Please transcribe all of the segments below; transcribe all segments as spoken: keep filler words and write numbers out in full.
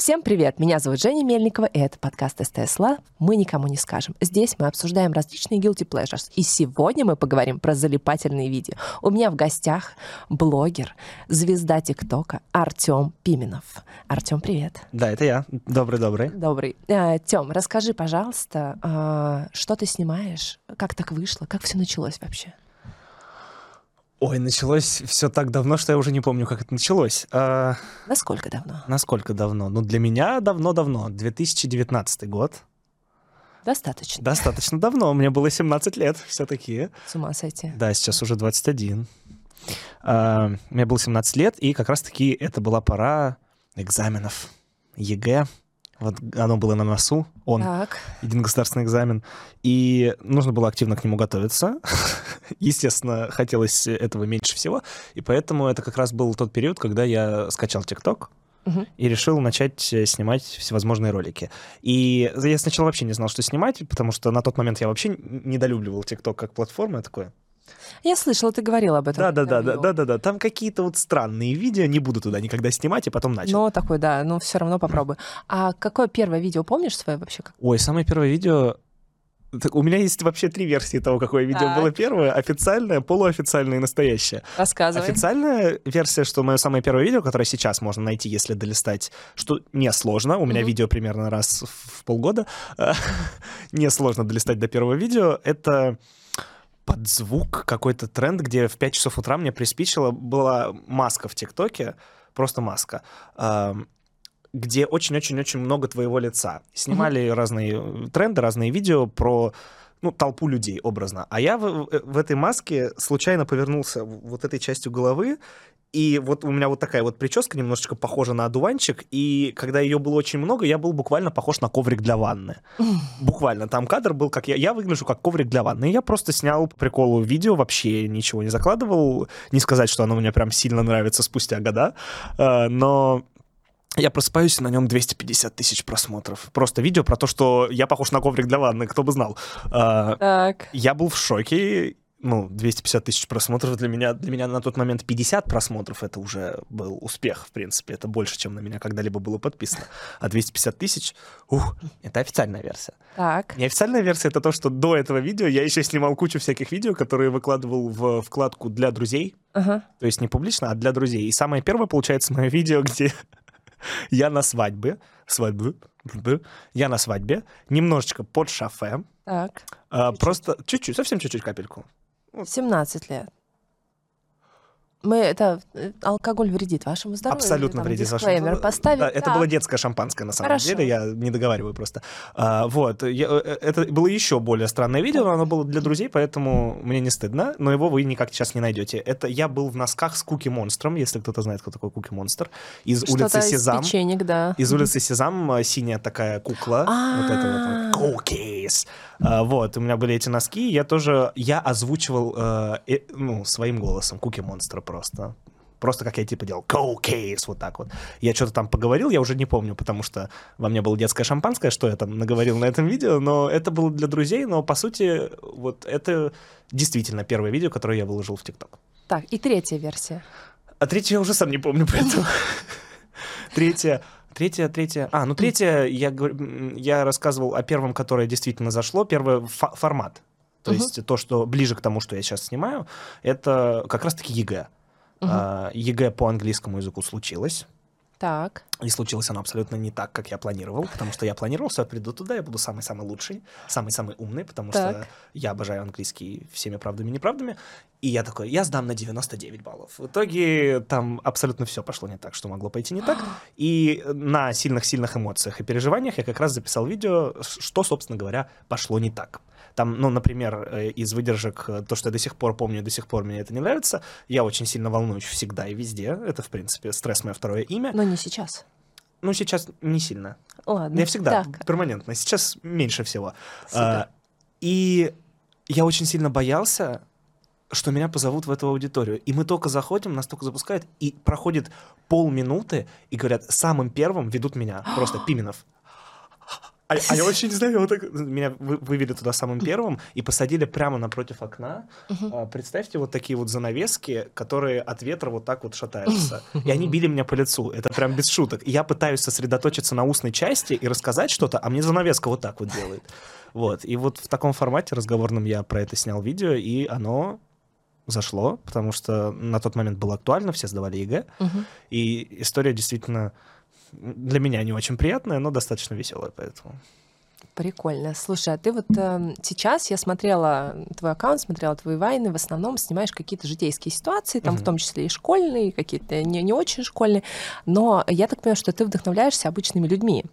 Всем привет! Меня зовут Женя Мельникова, и это подкаст СТС Лав «Мы никому не скажем». Здесь мы обсуждаем различные guilty pleasures, и сегодня мы поговорим про залипательные видео. У меня в гостях блогер, звезда ТикТока Артём Пименов. Артём, привет! Да, это я. Добрый-добрый. Добрый. А, Тём, расскажи, пожалуйста, а, что ты снимаешь? Как так вышло? Как все началось вообще? Ой, началось все так давно, что я уже не помню, как это началось. А... Насколько давно? Насколько давно? Ну, для меня давно-давно. две тысячи девятнадцатый год. Достаточно. Достаточно давно. Мне было семнадцать лет все-таки. С ума сойти. Да, сейчас уже двадцать один. А, мне было семнадцать лет, и как раз-таки это была пора экзаменов. ЕГЭ. Вот оно было на носу, он, так. Един государственный экзамен, и нужно было активно к нему готовиться. Естественно, хотелось этого меньше всего, и поэтому это как раз был тот период, когда я скачал ТикТок uh-huh. и решил начать снимать всевозможные ролики. И я сначала вообще не знал, что снимать, потому что на тот момент я вообще недолюбливал ТикТок как платформу, я такой... Я слышала, ты говорил об этом. Да-да-да, да-да-да. Там какие-то вот странные видео, не буду туда никогда снимать, и потом начал. Ну, такой, да, ну все равно попробуй. А какое первое видео, помнишь свое вообще? Ой, самое первое видео... У меня есть вообще три версии того, какое видео так. было первое. Официальное, полуофициальное и настоящее. Рассказывай. Официальная версия, что мое самое первое видео, которое сейчас можно найти, если долистать, что несложно. У меня mm-hmm. видео примерно раз в полгода. Несложно долистать до первого видео. Это... под звук какой-то тренд, где в пять часов утра мне приспичило, была маска в ТикТоке, просто маска, где очень-очень-очень много твоего лица. Снимали mm-hmm. разные тренды, разные видео про ну, толпу людей образно. А я в, в этой маске случайно повернулся вот этой частью головы, и вот у меня вот такая вот прическа немножечко похожа на одуванчик, и когда ее было очень много, я был буквально похож на коврик для ванны. Буквально. Там кадр был, как я, я выгляжу как коврик для ванны. И я просто снял по приколу видео, вообще ничего не закладывал. Не сказать, что оно мне прям сильно нравится спустя года, но... Я просыпаюсь, и на нем двести пятьдесят тысяч просмотров. Просто видео про то, что я похож на коврик для ванны, кто бы знал. Так. Я был в шоке. Ну, двести пятьдесят тысяч просмотров для меня, для меня на тот момент пятьдесят просмотров, это уже был успех, в принципе. Это больше, чем на меня когда-либо было подписано. А двести пятьдесят тысяч, ух, это официальная версия. Так. Неофициальная версия — это то, что до этого видео я еще снимал кучу всяких видео, которые выкладывал в вкладку «Для друзей». Uh-huh. То есть не публично, а для друзей. И самое первое, получается, мое видео, где я на свадьбе, свадьбы, я на свадьбе, немножечко под шофе. Так. А, чуть-чуть. Просто чуть-чуть, совсем чуть-чуть капельку. семнадцать лет. Мы, это, алкоголь вредит вашему здоровью. Абсолютно там, вредит вашему здоровью. Поставить. Да, это было детское шампанское, на самом Хорошо. деле, я не договариваю просто. А, вот, я, это было еще более странное видео, но оно было для друзей, поэтому мне не стыдно, но его вы никак сейчас не найдете. Это я был в носках с Куки Монстром, если кто-то знает, кто такой Куки Монстр, из Что-то улицы Сезам. Из печенек, да. Из улицы Сезам синяя такая кукла, вот это вот, Cookies. Вот, у меня были эти носки, я тоже, я озвучивал, ну, своим голосом Куки Монстра просто. Просто как я типа делал «Cookies», вот так вот. Я что-то там поговорил, я уже не помню, потому что во мне было детское шампанское, что я там наговорил на этом видео, но это было для друзей, но по сути вот это действительно первое видео, которое я выложил в ТикТок. Так, и третья версия. А третья я уже сам не помню, поэтому... Третья... Третья, третья... А, ну третья, я, я рассказывал о первом, которое действительно зашло. Первый фо- формат. То uh-huh. есть то, что ближе к тому, что я сейчас снимаю, это как раз-таки ЕГЭ. Uh-huh. ЕГЭ по английскому языку случилось. Так. И случилось оно абсолютно не так, как я планировал, потому что я планировал, что я приду туда, я буду самый-самый лучший, самый-самый умный, потому так. что я обожаю английский всеми правдами и неправдами. И я такой, я сдам на девяносто девять баллов. В итоге там абсолютно все пошло не так, что могло пойти не так. И на сильных-сильных эмоциях и переживаниях я как раз записал видео, что, собственно говоря, пошло не так. Там, ну, например, из выдержек, то, что я до сих пор помню, и до сих пор мне это не нравится, я очень сильно волнуюсь всегда и везде. Это, в принципе, стресс — мое второе имя. Но не сейчас. Ну, сейчас не сильно. Ладно. Я всегда, так. перманентно. Сейчас меньше всего. А, и я очень сильно боялся, что меня позовут в эту аудиторию. И мы только заходим, нас только запускают, и проходит полминуты, и говорят, самым первым ведут меня, просто Пименов. А, а я вообще не знаю, вот так, меня вы, вывели туда самым первым и посадили прямо напротив окна. Uh-huh. А, представьте, вот такие вот занавески, которые от ветра вот так вот шатаются. И они били меня по лицу. Это прям без шуток. И я пытаюсь сосредоточиться на устной части и рассказать что-то, а мне занавеска вот так вот делает. Вот. И вот в таком формате разговорном я про это снял видео, и оно зашло, потому что на тот момент было актуально, все сдавали ЕГЭ. Uh-huh. И история действительно... для меня не очень приятная, но достаточно веселая, поэтому... Прикольно. Слушай, а ты вот э, сейчас, я смотрела твой аккаунт, смотрела твои вайны, в основном снимаешь какие-то житейские ситуации, там mm-hmm. в том числе и школьные, какие-то не, не очень школьные, но я так понимаю, что ты вдохновляешься обычными людьми.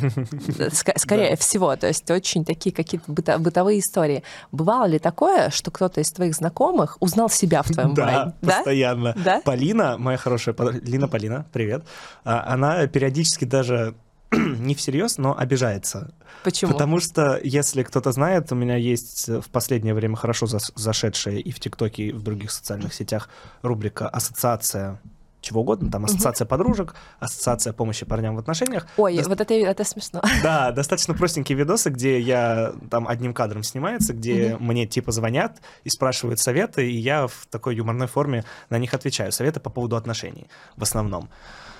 Скорее всего, то есть очень такие какие-то бытовые истории. Бывало ли такое, что кто-то из твоих знакомых узнал себя в твоем вайне? Да, постоянно. Полина, моя хорошая подруга, Лина Полина, привет, она периодически даже... не всерьез, но обижается. Почему? Потому что, если кто-то знает, у меня есть в последнее время хорошо зашедшая и в ТикТоке, и в других социальных сетях рубрика «Ассоциация чего угодно», там «Ассоциация uh-huh. подружек», «Ассоциация помощи парням в отношениях». Ой, До... вот это, это смешно. Да, достаточно простенькие видосы, где я там одним кадром снимается, где uh-huh. мне типа звонят и спрашивают советы, и я в такой юморной форме на них отвечаю. Советы по поводу отношений в основном.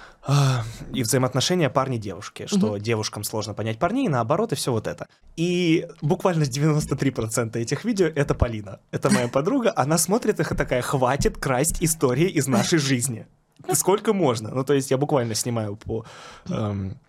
И взаимоотношения парни-девушки, что uh-huh. девушкам сложно понять парней, и наоборот, и все вот это. И буквально девяносто три процента этих видео — это Полина. Это моя подруга, она смотрит их и такая: хватит красть истории из нашей жизни. Сколько можно? Ну, то есть я буквально снимаю по... Эм,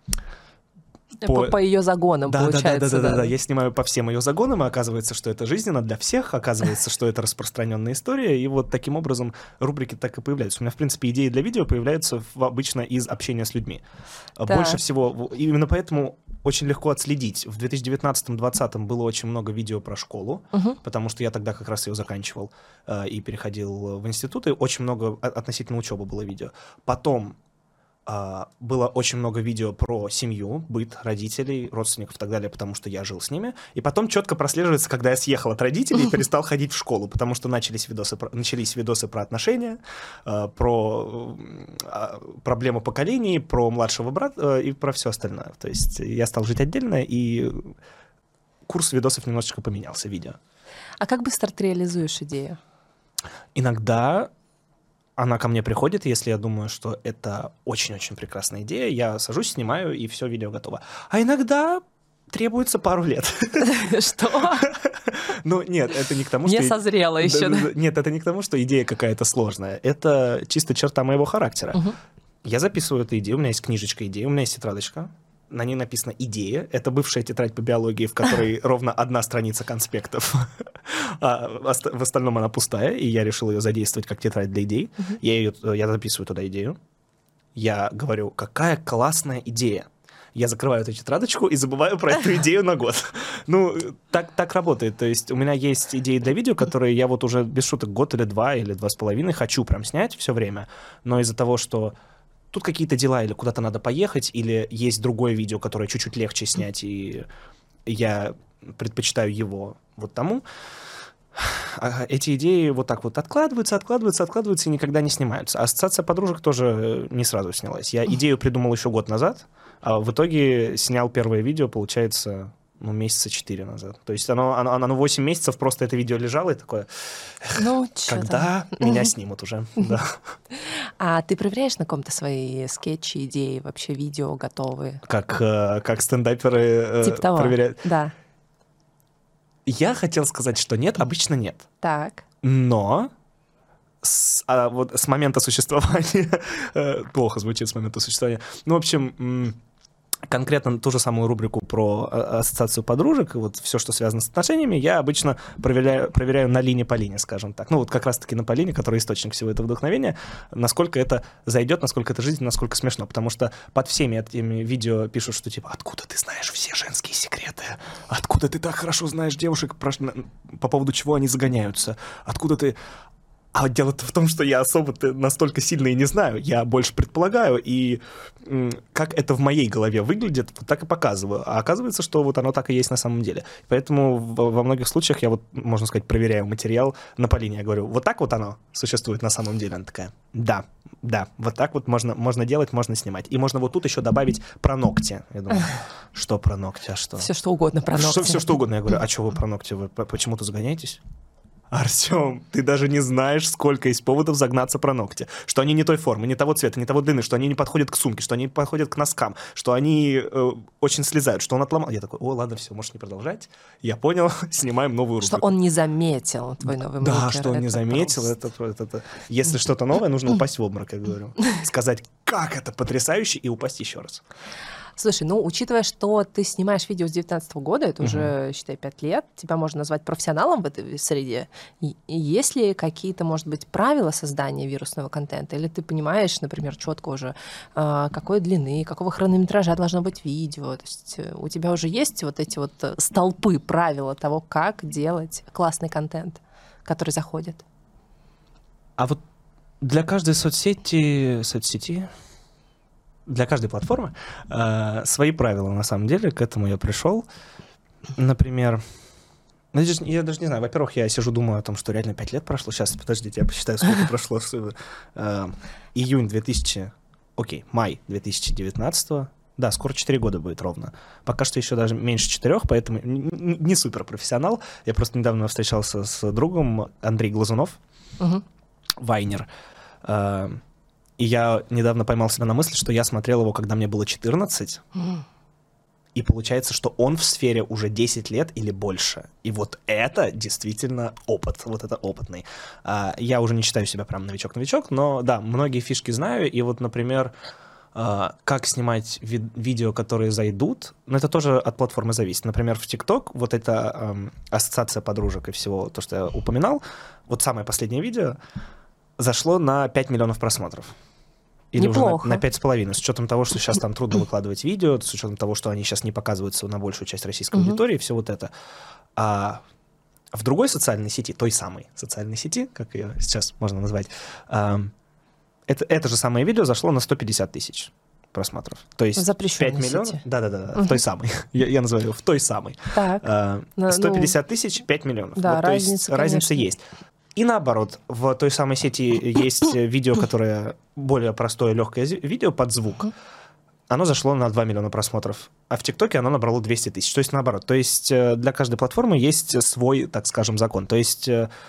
По, по ее загонам, да, получается. Да, да, да, да, да, да. Я снимаю по всем ее загонам, и оказывается, что это жизненно для всех, оказывается, что это распространенная история, и вот таким образом рубрики так и появляются. У меня, в принципе, идеи для видео появляются обычно из общения с людьми. Так. Больше всего, именно поэтому очень легко отследить. В две тысячи девятнадцатом-двадцатом было очень много видео про школу, угу. потому что я тогда как раз ее заканчивал э, и переходил в институт, и очень много относительно учебы было видео. Потом Uh, было очень много видео про семью, быт родителей, родственников и так далее, потому что я жил с ними. И потом четко прослеживается, когда я съехал от родителей и перестал ходить в школу, потому что начались видосы про, начались видосы про отношения, uh, про uh, проблему поколений, про младшего брата uh, и про все остальное. То есть я стал жить отдельно, и курс видосов немножечко поменялся, видео. А как быстро ты реализуешь идею? Иногда... она ко мне приходит, если я думаю, что это очень-очень прекрасная идея, я сажусь, снимаю, и все, видео готово. А иногда требуется пару лет. Что? Ну, нет, это не к тому, что... Не созрела еще, да? Нет, это не к тому, что идея какая-то сложная. Это чисто черта моего характера. Я записываю эту идею, у меня есть книжечка идей, у меня есть тетрадочка. На ней написана «идея». Это бывшая тетрадь по биологии, в которой ровно одна страница конспектов. А в остальном она пустая, и я решил ее задействовать как тетрадь для идей. Uh-huh. Я, ее, я записываю туда идею. Я говорю: какая классная идея. Я закрываю эту тетрадочку и забываю про эту идею на год. Ну, так, так работает. То есть у меня есть идеи для видео, которые я вот уже без шуток год или два, или два с половиной хочу прям снять все время. Но из-за того, что тут какие-то дела, или куда-то надо поехать, или есть другое видео, которое чуть-чуть легче снять, и я предпочитаю его вот тому, эти идеи вот так вот откладываются, откладываются, откладываются и никогда не снимаются. Ассоциация подружек тоже не сразу снялась. Я идею придумал еще год назад, а в итоге снял первое видео, получается... ну, месяца четыре назад. То есть оно, оно, оно восемь месяцев просто это видео лежало, и такое, ну, когда там? Меня снимут уже. Да. А ты проверяешь на ком-то свои скетчи, идеи, вообще видео готовые? Как, как стендаперы типа того. Проверяют? Да. Я хотел сказать, что нет, обычно нет. Так. Но... С, а вот с момента существования... плохо звучит с момента существования. Ну, в общем... конкретно ту же самую рубрику про ассоциацию подружек и вот все, что связано с отношениями, я обычно проверяю, проверяю на Лине Полине, скажем так. Ну вот как раз-таки на Полине, которая источник всего этого вдохновения, насколько это зайдет, насколько это жизненно, насколько смешно. Потому что под всеми этими видео пишут, что типа: откуда ты знаешь все женские секреты? Откуда ты так хорошо знаешь девушек, по поводу чего они загоняются? Откуда ты... А дело-то в том, что я особо-то настолько сильно и не знаю. Я больше предполагаю, и м, как это в моей голове выглядит, вот так и показываю. А оказывается, что вот оно так и есть на самом деле. Поэтому в, во многих случаях я вот, можно сказать, проверяю материал на Полине. Я говорю, вот так вот оно существует на самом деле. Она такая, да, да, вот так вот можно, можно делать, можно снимать. И можно вот тут еще добавить про ногти. Я думаю, что про ногти, а что? Все что угодно про ногти. Что, все что угодно. Я говорю, а что вы про ногти? Вы почему-то загоняетесь? Артем, ты даже не знаешь, сколько есть поводов загнаться про ногти. Что они не той формы, не того цвета, не того длины, что они не подходят к сумке, что они не подходят к носкам, что они э, очень слезают, что он отломал. Я такой, о, ладно, все, можешь не продолжать. Я понял, снимаем новую рубрику. Что он не заметил твой новый маркер. Да, что он не заметил. Это, это, это. Если что-то новое, нужно упасть в обморок, я говорю. Сказать, как это потрясающе, и упасть еще раз. Слушай, ну, учитывая, что ты снимаешь видео с девятнадцатого года, это uh-huh. уже, считай, пять лет, тебя можно назвать профессионалом в этой среде. И есть ли какие-то, может быть, правила создания вирусного контента? Или ты понимаешь, например, четко уже, какой длины, какого хронометража должно быть видео? То есть у тебя уже есть вот эти вот столпы, правила того, как делать классный контент, который заходит? А вот для каждой соцсети... соцсети... Для каждой платформы э, свои правила, на самом деле, к этому я пришел. Например, я даже не знаю, во-первых, я сижу, думаю о том, что реально пять лет прошло. Сейчас, подождите, я посчитаю, сколько прошло. Э, июнь две тысячи... Окей, май две тысячи девятнадцатого. Да, скоро четыре года будет ровно. Пока что еще даже меньше четырех, поэтому не суперпрофессионал. Я просто недавно встречался с другом, Андрей Глазунов, угу. Вайнер. Э, И я недавно поймал себя на мысли, что я смотрел его, когда мне было четырнадцать. Mm. И получается, что он в сфере уже десять лет или больше. И вот это действительно опыт. Вот это опытный. А, я уже не считаю себя прям новичок-новичок, но да, многие фишки знаю. И вот, например, а, как снимать ви- видео, которые зайдут, но это тоже от платформы зависит. Например, в TikTok вот эта эм, ассоциация подружек и всего, то, что я упоминал, вот самое последнее видео зашло на пять миллионов просмотров. Или Неплохо. Уже на, на пять с половиной, с учетом того, что сейчас там трудно выкладывать видео, с учетом того, что они сейчас не показываются на большую часть российской uh-huh. аудитории, все вот это. А в другой социальной сети, той самой социальной сети, как ее сейчас можно назвать, а, это, это же самое видео зашло на сто пятьдесят тысяч просмотров. То есть пять миллионов. Да-да-да, uh-huh. в той самой. Я, я называю ее в той самой. Так. А, сто пятьдесят тысяч, пять миллионов. Да, вот, разница, то есть разница есть. И наоборот, в той самой сети есть видео, которое более простое, легкое видео под звук. Оно зашло на два миллиона просмотров. А в ТикТоке оно набрало двести тысяч. То есть наоборот. То есть для каждой платформы есть свой, так скажем, закон. То есть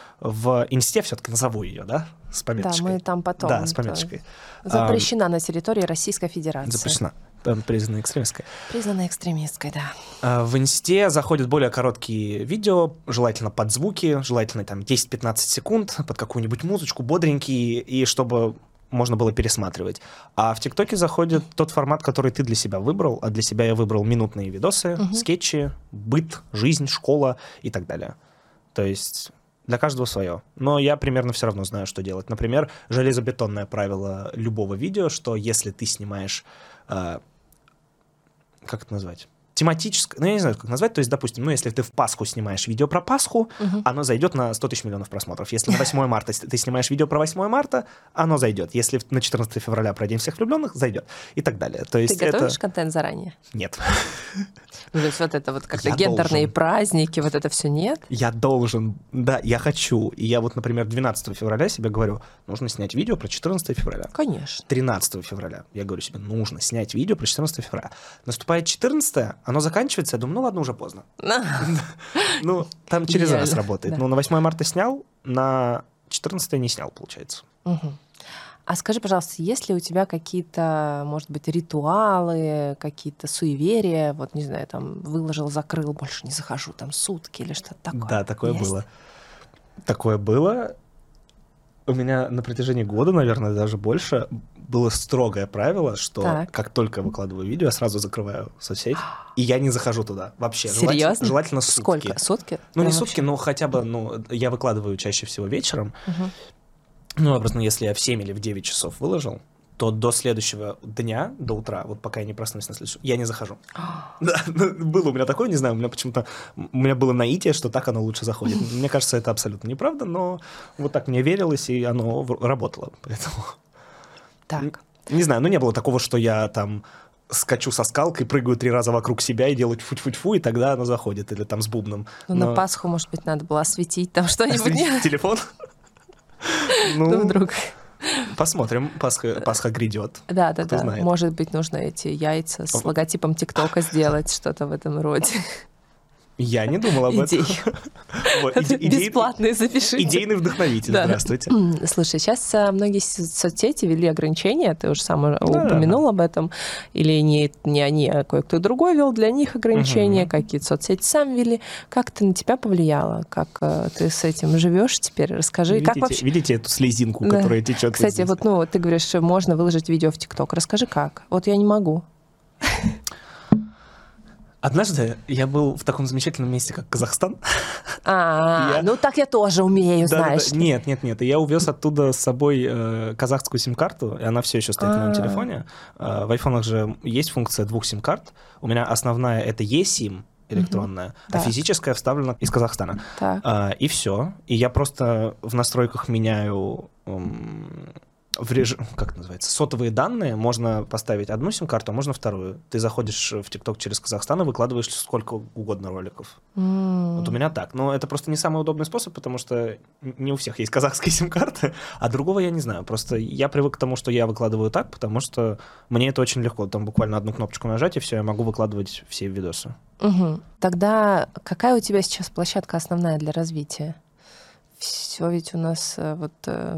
в Инсте все-таки назову ее, да, с пометочкой. Да, мы там потом. Да, с пометочкой. Запрещена а, на территории Российской Федерации. Запрещена. Признана экстремистской. Признана экстремистской, да. В Инсте заходят более короткие видео, желательно под звуки, желательно там десять-пятнадцать секунд, под какую-нибудь музычку, бодренькие, и чтобы можно было пересматривать. А в ТикТоке заходит тот формат, который ты для себя выбрал, а для себя я выбрал минутные видосы, угу. скетчи, быт, жизнь, школа и так далее. То есть для каждого свое. Но я примерно все равно знаю, что делать. Например, железобетонное правило любого видео, что если ты снимаешь... Э, как это назвать? Тематическое, ну я не знаю, как назвать, то есть, допустим, ну если ты в Пасху снимаешь видео про Пасху, uh-huh. оно зайдет на сто тысяч миллионов просмотров. Если на восьмое марта ты снимаешь видео про восьмое марта, оно зайдет. Если на четырнадцатое февраля про День всех влюбленных, зайдет. И так далее. То есть ты готовишь это... контент заранее? Нет. Ну, то есть вот это вот как-то я гендерные должен. праздники, вот это все нет? Я должен, да, я хочу. И я вот, например, двенадцатого февраля себе говорю, нужно снять видео про четырнадцатое февраля. Конечно. тринадцатого февраля я говорю себе, нужно снять видео про четырнадцатое февраля. Наступает четырнадцатое, оно заканчивается, я думаю, ну ладно, уже поздно. Ну, там через раз работает. Ну, на восьмое марта снял, на четырнадцатое не снял, получается. А скажи, пожалуйста, есть ли у тебя какие-то, может быть, ритуалы, какие-то суеверия? Вот, не знаю, там, выложил, закрыл, больше не захожу, там, сутки или что-то такое? Да, такое есть? было. Такое было. У меня на протяжении года, наверное, даже больше, было строгое правило, что так. как только выкладываю видео, я сразу закрываю соцсеть, и я не захожу туда вообще. Серьезно? Желательно, желательно сутки. Сколько? Сутки? Ну, Прям не сутки, вообще? но хотя бы, ну, я выкладываю чаще всего вечером. Угу. Ну, образно, если я в семь или в девять часов выложил, то до следующего дня, до утра, вот пока я не проснулась на следующий, я не захожу. Да, было у меня такое, не знаю, у меня почему-то, у меня было наитие, что так оно лучше заходит. Мне кажется, это абсолютно неправда, но вот так мне верилось, и оно работало, поэтому... Так. Не знаю, ну не было такого, что я там скачу со скалкой, прыгаю три раза вокруг себя и делаю тьфу-тьфу-тьфу, и тогда оно заходит, или там с бубном. Ну, но... на Пасху, может быть, надо было осветить там что-нибудь. Осветить телефон? Ну, вдруг... Посмотрим, Пасха, Пасха грядет. Да, да, да. Может быть, нужно эти яйца с логотипом ТикТока сделать, что-то в этом роде. Я не думал об этом. Вот, иде- бесплатные запишите. Идейный вдохновитель, да. Здравствуйте. Слушай, сейчас многие соцсети ввели ограничения, ты уже сам упомянул об этом, или не, не они, а кое-кто другой ввел для них ограничения, угу. какие-то соцсети сам ввели. Как это на тебя повлияло? Как ты с этим живешь теперь? Расскажи, видите, как вообще... Видите эту слезинку, да. которая течет? Кстати, вот, ну, ты говоришь, что можно выложить видео в ТикТок. Расскажи, как? Вот я не могу. Однажды я был в таком замечательном месте, как Казахстан. А, я... ну так я тоже умею, да, знаешь. Да, да. Нет, нет, нет. И я увез оттуда с собой э, казахскую сим-карту, и она все еще стоит А-а-а. на моем телефоне. Э, в айфонах же есть функция двух сим-карт. У меня основная — это eSIM электронная, угу. а так. физическая вставлена из Казахстана. А, и все. И я просто в настройках меняю... Эм, в режим, как это называется, сотовые данные, можно поставить одну сим-карту, а можно вторую. Ты заходишь в ТикТок через Казахстан и выкладываешь сколько угодно роликов. Mm. Вот у меня так. Но это просто не самый удобный способ, потому что не у всех есть казахские сим-карты, а другого я не знаю. Просто я привык к тому, что я выкладываю так, потому что мне это очень легко. Там буквально одну кнопочку нажать, и все, я могу выкладывать все видосы. Угу. Тогда какая у тебя сейчас площадка основная для развития? Все ведь у нас вот...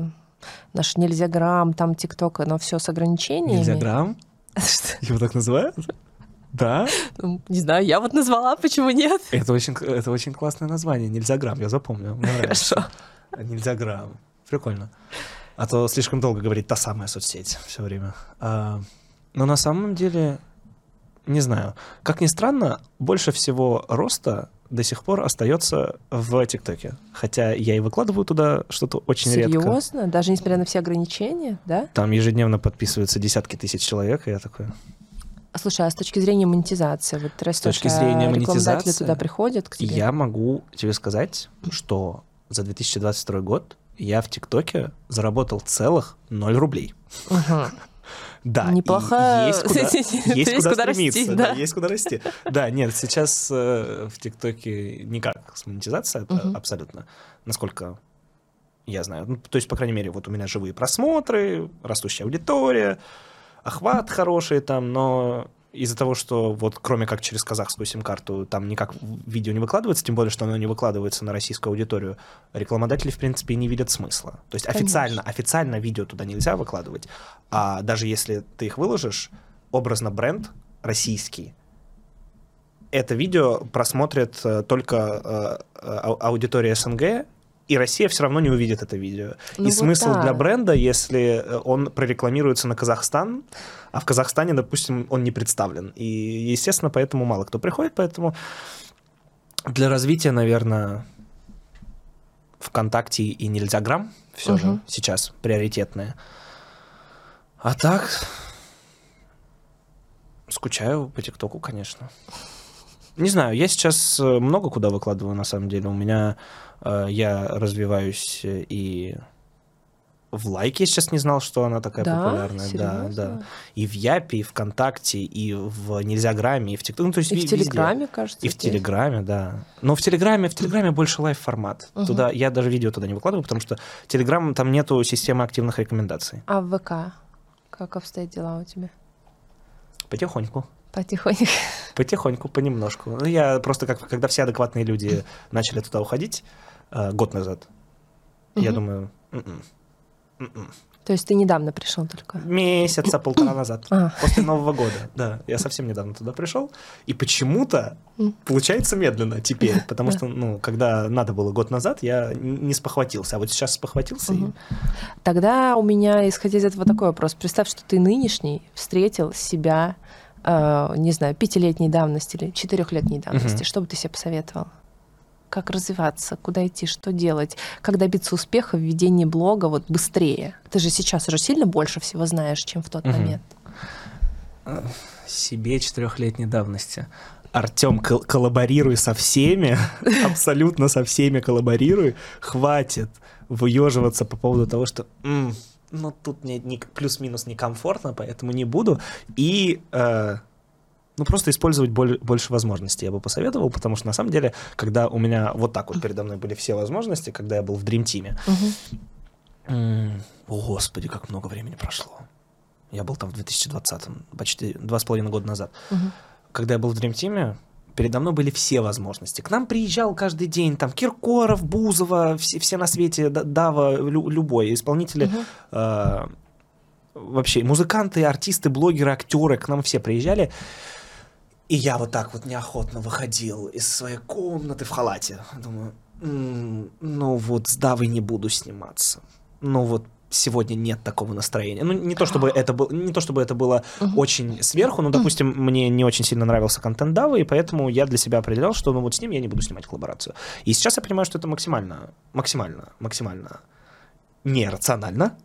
Наш Нельзяграм, там ТикТок, но все с ограничениями. Нельзяграм? Его так называют? Да? Ну, не знаю, я вот назвала, почему нет? Это очень, это очень классное название, Нельзяграм, я запомнил. Хорошо. Нельзяграм, прикольно. А то слишком долго говорить та самая соцсеть все время. А, но на самом деле, не знаю, как ни странно, больше всего роста до сих пор остается в ТикТоке. Хотя я и выкладываю туда что-то очень Серьезно? редко. Серьезно? Даже несмотря на все ограничения, да? Там ежедневно подписываются десятки тысяч человек, и я такой... Слушай, а с точки зрения монетизации, вот ты растёшь, с точки зрения монетизации, туда приходят к тебе? Я могу тебе сказать, что за две тысячи двадцать второй год я в ТикТоке заработал целых ноль рублей. Угу. Да, неплохо. Есть куда, есть куда, куда стремиться, расти, да? Да? Есть куда расти. Да, нет, сейчас э, в ТикТоке никак с монетизацией, это uh-huh. абсолютно, насколько я знаю. Ну, то есть, по крайней мере, вот у меня живые просмотры, растущая аудитория, охват хороший там, но из-за того, что вот кроме как через казахскую сим-карту там никак видео не выкладывается, тем более, что оно не выкладывается на российскую аудиторию, рекламодатели, в принципе, не видят смысла. То есть официально, официально видео туда нельзя выкладывать, а даже если ты их выложишь, образно бренд российский, это видео просмотрит только э, аудитория СНГ, и Россия все равно не увидит это видео. Ну и вот смысл да. для бренда, если он прорекламируется на Казахстан, а в Казахстане, допустим, он не представлен. И, естественно, поэтому мало кто приходит. Поэтому для развития, наверное, ВКонтакте и Нельзяграм все угу. же сейчас приоритетные. А так, скучаю по ТикТоку, конечно. Не знаю, я сейчас много куда выкладываю, на самом деле. У меня... Я развиваюсь и в Лайке, я сейчас не знал, что она такая да? популярная. Серьезно? Да, да. И в Япе, и ВКонтакте, и в Нельзяграме, и в ТикТоке. Ну, то есть и в везде. Телеграме, кажется. И в Телеграме, да. Но в Телеграме, в Телеграме больше лайв-формат. Угу. Туда, я даже видео туда не выкладываю, потому что Телеграм, там нету системы активных рекомендаций. А в ВК? Как обстоят дела у тебя? Потихоньку. Потихоньку. Потихоньку, понемножку. Ну, я просто, как, когда все адекватные люди начали туда уходить э, год назад, угу. я думаю... М-м, м-м. То есть ты недавно пришел только? Месяца полтора назад, а. после Нового года. Да, я совсем недавно туда пришел. И почему-то получается медленно теперь, потому что, ну, когда надо было год назад, я не спохватился. А вот сейчас спохватился. Угу. И... Тогда у меня, исходя из этого, такой вопрос. Представь, что ты нынешний встретил себя... не знаю, пятилетней давности или четырехлетней давности, uh-huh. что бы ты себе посоветовал? как развиваться, куда идти, что делать, как добиться успеха в ведении блога вот быстрее? Ты же сейчас уже сильно больше всего знаешь, чем в тот угу. момент. Себе четырехлетней давности. Артём, кол- коллаборируй со всеми, абсолютно со всеми коллаборируй. Хватит выеживаться по поводу того, что м, ну тут мне не, плюс-минус некомфортно, поэтому не буду. И э, ну просто использовать боль, больше возможностей я бы посоветовал, потому что на самом деле, когда у меня вот так вот передо мной были все возможности, когда я был в Dream Team, угу. м, о господи, как много времени прошло. Я был там в две тысячи двадцатом, почти два с половиной года назад. Угу. Когда я был в Dream Team, передо мной были все возможности. К нам приезжал каждый день там Киркоров, Бузова, все, все на свете, Дава, лю, любой, исполнители, uh-huh. э, вообще музыканты, артисты, блогеры, актеры, к нам все приезжали. И я вот так вот неохотно выходил из своей комнаты в халате. Думаю, м-м, ну вот с Давой не буду сниматься. Ну вот сегодня нет такого настроения. Ну, не то чтобы это было, не то чтобы это было uh-huh. очень сверху, но, допустим, uh-huh. мне не очень сильно нравился контент Давы, и поэтому я для себя определял, что ну вот с ним я не буду снимать коллаборацию. И сейчас я понимаю, что это максимально, максимально, максимально нерационально.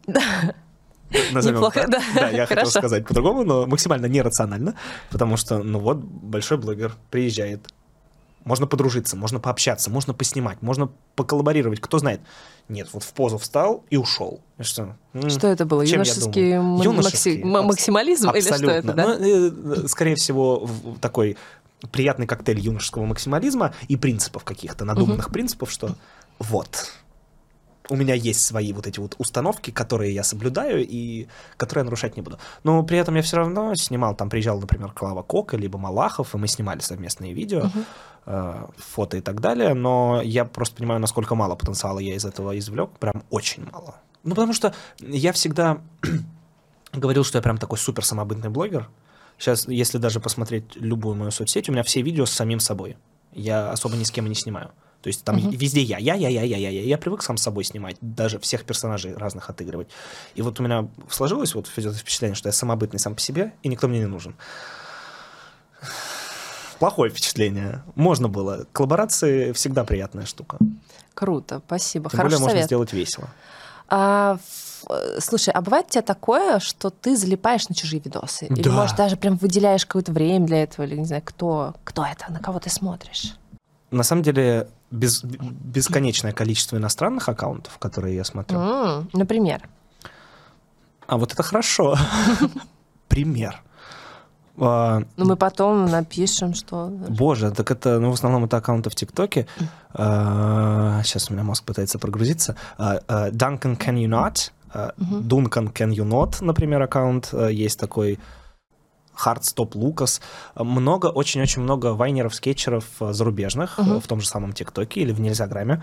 Назовем Неплохо, так. да. Да, я Хорошо. хотел сказать по-другому, но максимально нерационально, потому что, ну вот, большой блогер приезжает, можно подружиться, можно пообщаться, можно поснимать, можно поколлаборировать, кто знает. Нет, вот в позу встал и ушел. Что, что это было? Юношеский, м- Юношеский макси- максимализм абсолютно. Или что это? Да? Ну, скорее всего, такой приятный коктейль юношеского максимализма и принципов каких-то, надуманных угу. принципов, что вот, у меня есть свои вот эти вот установки, которые я соблюдаю и которые я нарушать не буду. Но при этом я все равно снимал, там приезжал, например, Клава Кока, либо Малахов, и мы снимали совместные видео, uh-huh. э, фото и так далее, но я просто понимаю, насколько мало потенциала я из этого извлек, прям очень мало. Ну, потому что я всегда говорил, что я прям такой супер самобытный блогер. Сейчас, если даже посмотреть любую мою соцсеть, у меня все видео с самим собой. Я особо ни с кем и не снимаю. То есть там uh-huh. везде я, я, я, я, я, я, я. Я привык сам с собой снимать, даже всех персонажей разных отыгрывать. И вот у меня сложилось вот впечатление, что я самобытный сам по себе, и никто мне не нужен. Плохое впечатление. Можно было. Коллаборации всегда приятная штука. Круто, спасибо. Тем Хороший более можно совет. сделать весело. А, слушай, а бывает у тебя такое, что ты залипаешь на чужие видосы? Или, да. может, даже прям выделяешь какое-то время для этого? Или, не знаю, кто, кто это, на кого ты смотришь? На самом деле, без, бесконечное количество иностранных аккаунтов, которые я смотрю. Mm, например? А вот это хорошо. Пример. Ну, мы потом напишем, что... Боже, так это, ну, в основном это аккаунты в ТикТоке. Uh, сейчас у меня мозг пытается прогрузиться. Uh, uh, Duncan Can You Not? Uh, uh-huh. Duncan Can You Not, например, аккаунт. Uh, есть такой... Hardstop Lucas. Много, очень-очень много вайнеров, скетчеров зарубежных uh-huh. в том же самом ТикТоке или в Нельзяграме.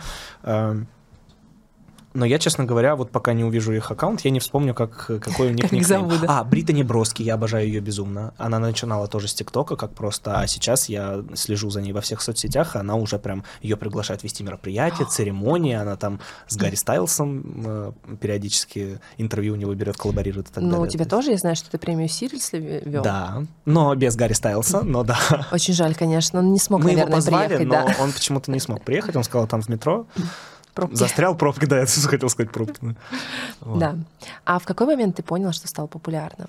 Но я, честно говоря, вот пока не увижу их аккаунт, я не вспомню, как, какой у них никнейм. А, Британи Броски, я обожаю ее безумно. Она начинала тоже с ТикТока, как просто, а сейчас я слежу за ней во всех соцсетях, она уже прям, ее приглашают вести мероприятия, церемонии, она там с Гарри Стайлсом периодически интервью у него берет, коллаборирует и так далее. Ну, у тебя тоже, я знаю, что ты премию Сириуса вел. Да, но без Гарри Стайлса, но да. Очень жаль, конечно, он не смог, Мы наверное, его позвали, приехать. Но да. он почему-то не смог приехать, он сказал, там в метро. Пробки. Застрял пробки, да, я хотел сказать пробки. Вот. Да. А в какой момент ты понял, что стал популярным?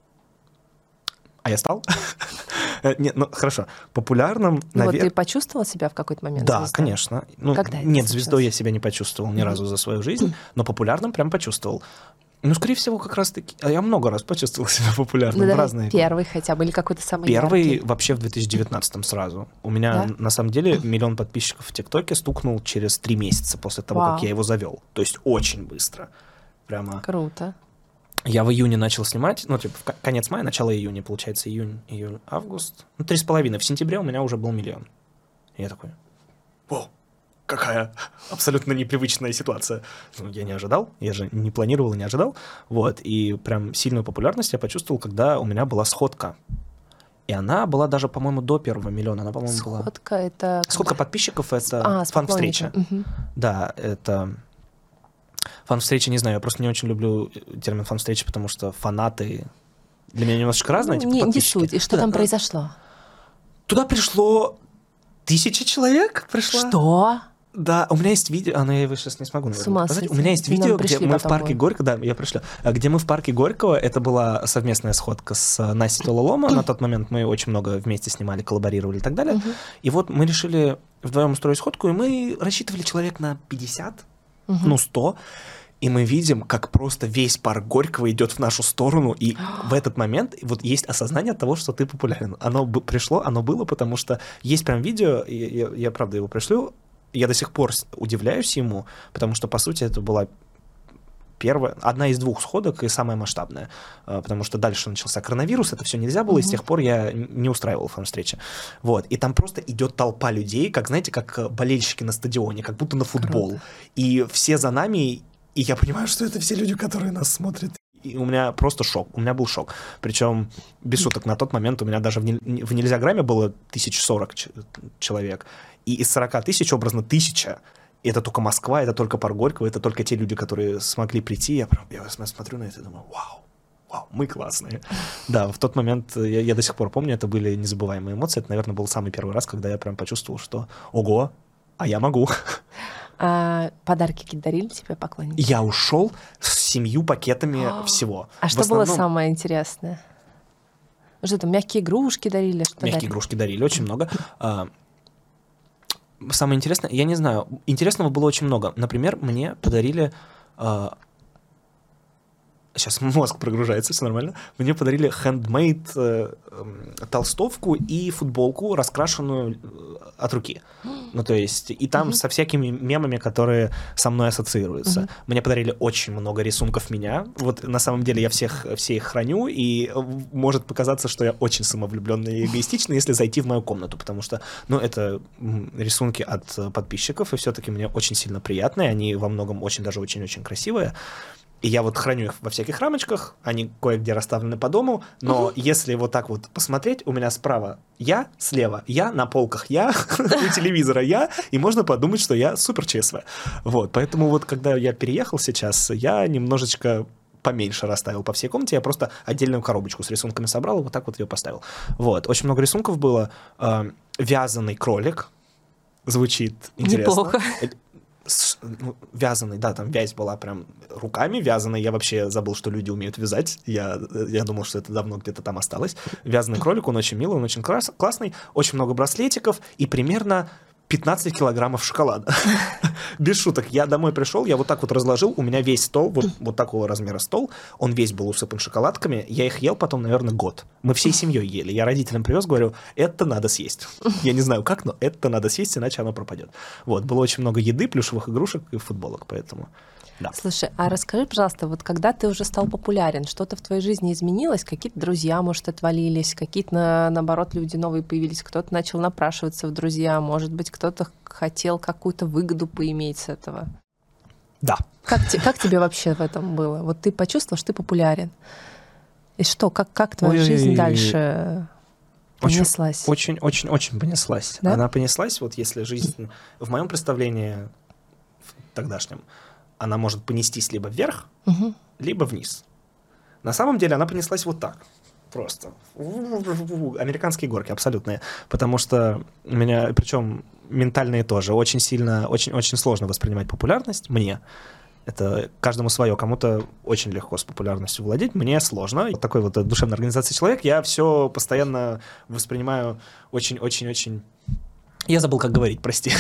А я стал? Нет, ну хорошо. Популярным, ну, навер... Вот ты почувствовал себя в какой-то момент? Да, звездой? конечно. Ну, Когда нет, звездой я себя не почувствовал ни mm-hmm. разу за свою жизнь, но популярным прям почувствовал. Ну, скорее всего, как раз-таки... А я много раз почувствовал себя популярным. Ну, в разные... Первый хотя бы, или какой-то самый Первый яркий? Вообще в две тысячи девятнадцатом сразу. У меня, да? на самом деле, миллион подписчиков в ТикТоке стукнул через три месяца после того, Вау. как я его завел. То есть очень быстро. Прямо... Круто. Я в июне начал снимать, ну, типа, в конец мая, начало июня, получается, июнь, июль, август. Ну, три с половиной. В сентябре у меня уже был миллион. И я такой... Вау! Какая абсолютно непривычная ситуация. Ну, я не ожидал, я же не планировал и не ожидал. Вот, и прям сильную популярность я почувствовал, когда у меня была сходка. И она была даже, по-моему, до первого миллиона. Она, по-моему, была... Сходка — это... Сходка подписчиков — это а, фан-встреча. Угу. Да, это... Фан-встреча, не знаю, я просто не очень люблю термин фан-встреча, потому что фанаты для меня немножечко разные. Ну, типа не, подписчики. Не суть. И что да, там произошло? Туда пришло Тысяча человек пришла? Что? Да, у меня есть видео, а, но я его сейчас не смогу С ума показать. сойти. У меня есть Нам видео, где пришли мы в потом парке будет. Горького, да, я пришлю, а, где мы в парке Горького, это была совместная сходка с Настей Тололомо, на тот момент мы очень много вместе снимали, коллаборировали и так далее, Мгм. и вот мы решили вдвоем устроить сходку, и мы рассчитывали человек на пятьдесят, Мгм. ну сто, и мы видим, как просто весь парк Горького идет в нашу сторону, и в этот момент вот есть осознание того, что ты популярен. Оно бы пришло, оно было, потому что есть прям видео, и я, я правда его пришлю, я до сих пор с- удивляюсь ему, потому что, по сути, это была первая, одна из двух сходок и самая масштабная, а, потому что дальше начался коронавирус, это все нельзя было, и с тех пор я н- не устраивал фан-встречи. Вот, и там просто идет толпа людей, как, знаете, как э, болельщики на стадионе, как будто на футбол. Круто. И все за нами, и я понимаю, что это все люди, которые нас смотрят. И у меня просто шок, у меня был шок. Причем, без шуток, на тот момент у меня даже в, не- в Нельзяграме было тысяча сорок ч- человек, и из сорока тысяч образно тысяча. И это только Москва, это только парк Горького, это только те люди, которые смогли прийти. Я, прям, я смотрю на это и думаю, вау, вау, мы классные. Да, в тот момент, я, я до сих пор помню, это были незабываемые эмоции. Это, наверное, был самый первый раз, когда я прям почувствовал, что ого, а я могу. А подарки какие дарили тебе поклонники? Я ушел с семью пакетами всего. А В что было основном самое интересное? Что там, мягкие игрушки дарили? Что Мягкие дарили? игрушки дарили очень много. А, Самое интересное, я не знаю, интересного было очень много. Например, мне подарили... а, Сейчас мозг прогружается, все нормально. Мне подарили handmade э, эм, толстовку и футболку, раскрашенную э, от руки. Ну, то есть, и там Мгм. со всякими мемами, которые со мной ассоциируются. Мгм. Мне подарили очень много рисунков меня. Вот на самом деле я всех, все их храню, и э, может показаться, что я очень самовлюбленный и эгоистичный, если зайти в мою комнату, потому что, ну, это м, рисунки от э, подписчиков, и все-таки мне очень сильно приятные, они во многом очень даже очень-очень красивые. И я вот храню их во всяких рамочках, они кое-где расставлены по дому, но Мгм. если вот так вот посмотреть, у меня справа я, слева я, на полках я, у телевизора я, и можно подумать, что я супер ЧСВ. Вот, поэтому вот когда я переехал сейчас, я немножечко поменьше расставил по всей комнате, я просто отдельную коробочку с рисунками собрал и вот так вот ее поставил. Вот, очень много рисунков было. Э, Вязаный кролик, звучит интересно. Неплохо. С- ну, вязаный, да, там вязь была прям руками вязаной. Я вообще забыл, что люди умеют вязать. Я, я думал, что это давно где-то там осталось. Вязаный кролик, он очень милый, он очень крас- классный. Очень много браслетиков и примерно пятнадцать килограммов шоколада. Без шуток. Я домой пришел, я вот так вот разложил, у меня весь стол, вот, вот такого размера стол, он весь был усыпан шоколадками. Я их ел потом, наверное, год. Мы всей семьей ели. Я родителям привез, говорю, это надо съесть. Я не знаю как, но это надо съесть, иначе оно пропадет. Вот, было очень много еды, плюшевых игрушек и футболок, поэтому... Да. Слушай, а расскажи, пожалуйста, вот когда ты уже стал популярен, что-то в твоей жизни изменилось? Какие-то друзья, может, отвалились, какие-то, на, наоборот, люди новые появились, кто-то начал напрашиваться в друзья, может быть, кто-то хотел какую-то выгоду поиметь с этого? Да. Как, те- как тебе вообще в этом было? Вот ты почувствовал, что ты популярен. И что, как, как твоя Ой, жизнь дальше Очень, понеслась? очень, очень, очень понеслась. Да? Она понеслась, вот если жизнь в моем представлении в тогдашнем, она может понестись либо вверх, Мгм. либо вниз. На самом деле она понеслась вот так. Просто. Американские горки абсолютные. Потому что у меня, причем ментальные тоже, очень сильно, очень, очень сложно воспринимать популярность мне. Это каждому свое. Кому-то очень легко с популярностью владеть, мне сложно. Вот такой вот душевной организации человек, я все постоянно воспринимаю очень-очень-очень... Я забыл, как говорить, прости.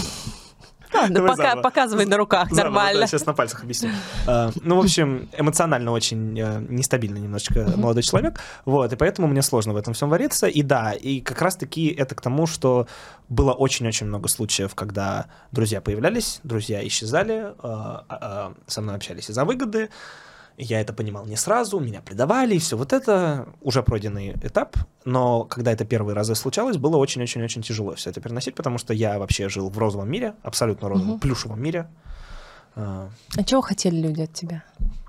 Ладно, Давай пока, заново. показывай на руках, Заново, нормально. да, сейчас на пальцах объясню. А, Ну, в общем, эмоционально очень э, нестабильный немножечко молодой человек, вот, и поэтому мне сложно в этом всем вариться. И да, и как раз-таки это к тому, что было очень-очень много случаев, когда друзья появлялись, друзья исчезали, а, а, со мной общались из-за выгоды. Я это понимал не сразу, меня предавали, и все вот это уже пройденный этап, но когда это первые разы случалось, было очень-очень-очень тяжело все это переносить, потому что я вообще жил в розовом мире, абсолютно розовом, Мгм. плюшевом мире. А, А чего хотели люди от тебя?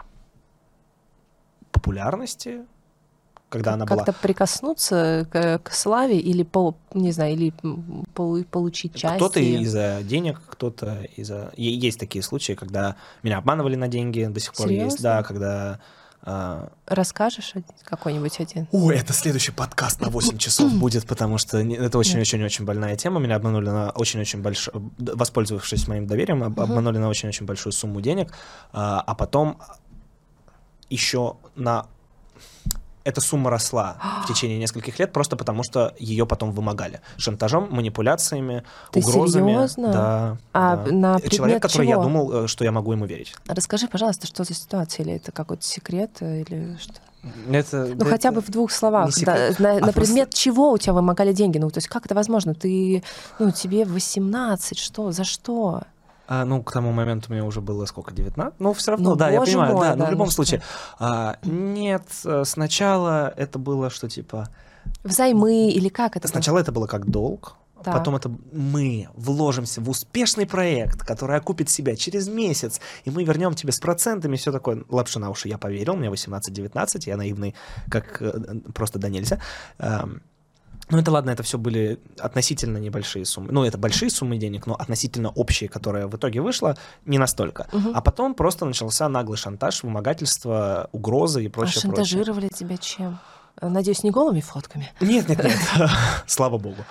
популярности, когда она была... Как-то прикоснуться к, к славе или, пол, не знаю, или м, полу- получить часть? Кто-то её? из-за денег, кто-то из-за... Е- Есть такие случаи, когда меня обманывали на деньги, до сих пор есть, Серьёзно? да, когда Расскажешь какой-нибудь один? О, это следующий подкаст на восемь часов будет, потому что это очень-очень-очень больная тема. Меня обманули на очень-очень большую... Воспользовавшись моим доверием, обманули на очень-очень большую сумму денег, а потом еще на... Эта сумма росла в течение нескольких лет просто потому, что ее потом вымогали. Шантажом, манипуляциями, Ты угрозами. Серьезно? Да, а да. На Человек, который чего? я думал, что я могу ему верить. Расскажи, пожалуйста, что за ситуация? Или это какой-то секрет? Или что? Это, ну, это хотя бы в двух словах. Да, на а на просто... предмет чего у тебя вымогали деньги? Ну, то есть как это возможно? Ты, ну, тебе восемнадцать, что? За что? А, ну, к тому моменту мне уже было сколько, девятнадцать? Ну, все равно, ну, да, я боже понимаю, мой, да, да, но в любом ну случае. А, нет, сначала это было, что типа... Взаймы или как это? Сначала это было как долг, так. Потом это мы вложимся в успешный проект, который окупит себя через месяц, и мы вернем тебе с процентами, все такое. Лапша на уши, я поверил, мне восемнадцать-девятнадцать, я наивный, как просто да нельзя. Ну, это ладно, это все были относительно небольшие суммы. Ну, это большие суммы денег, но относительно общие, которая в итоге вышла, не настолько. Угу. А потом просто начался наглый шантаж, вымогательство, угрозы и прочее. А шантажировали прочее. Тебя чем? Надеюсь, не голыми фотками? Нет, нет, нет. Слава богу.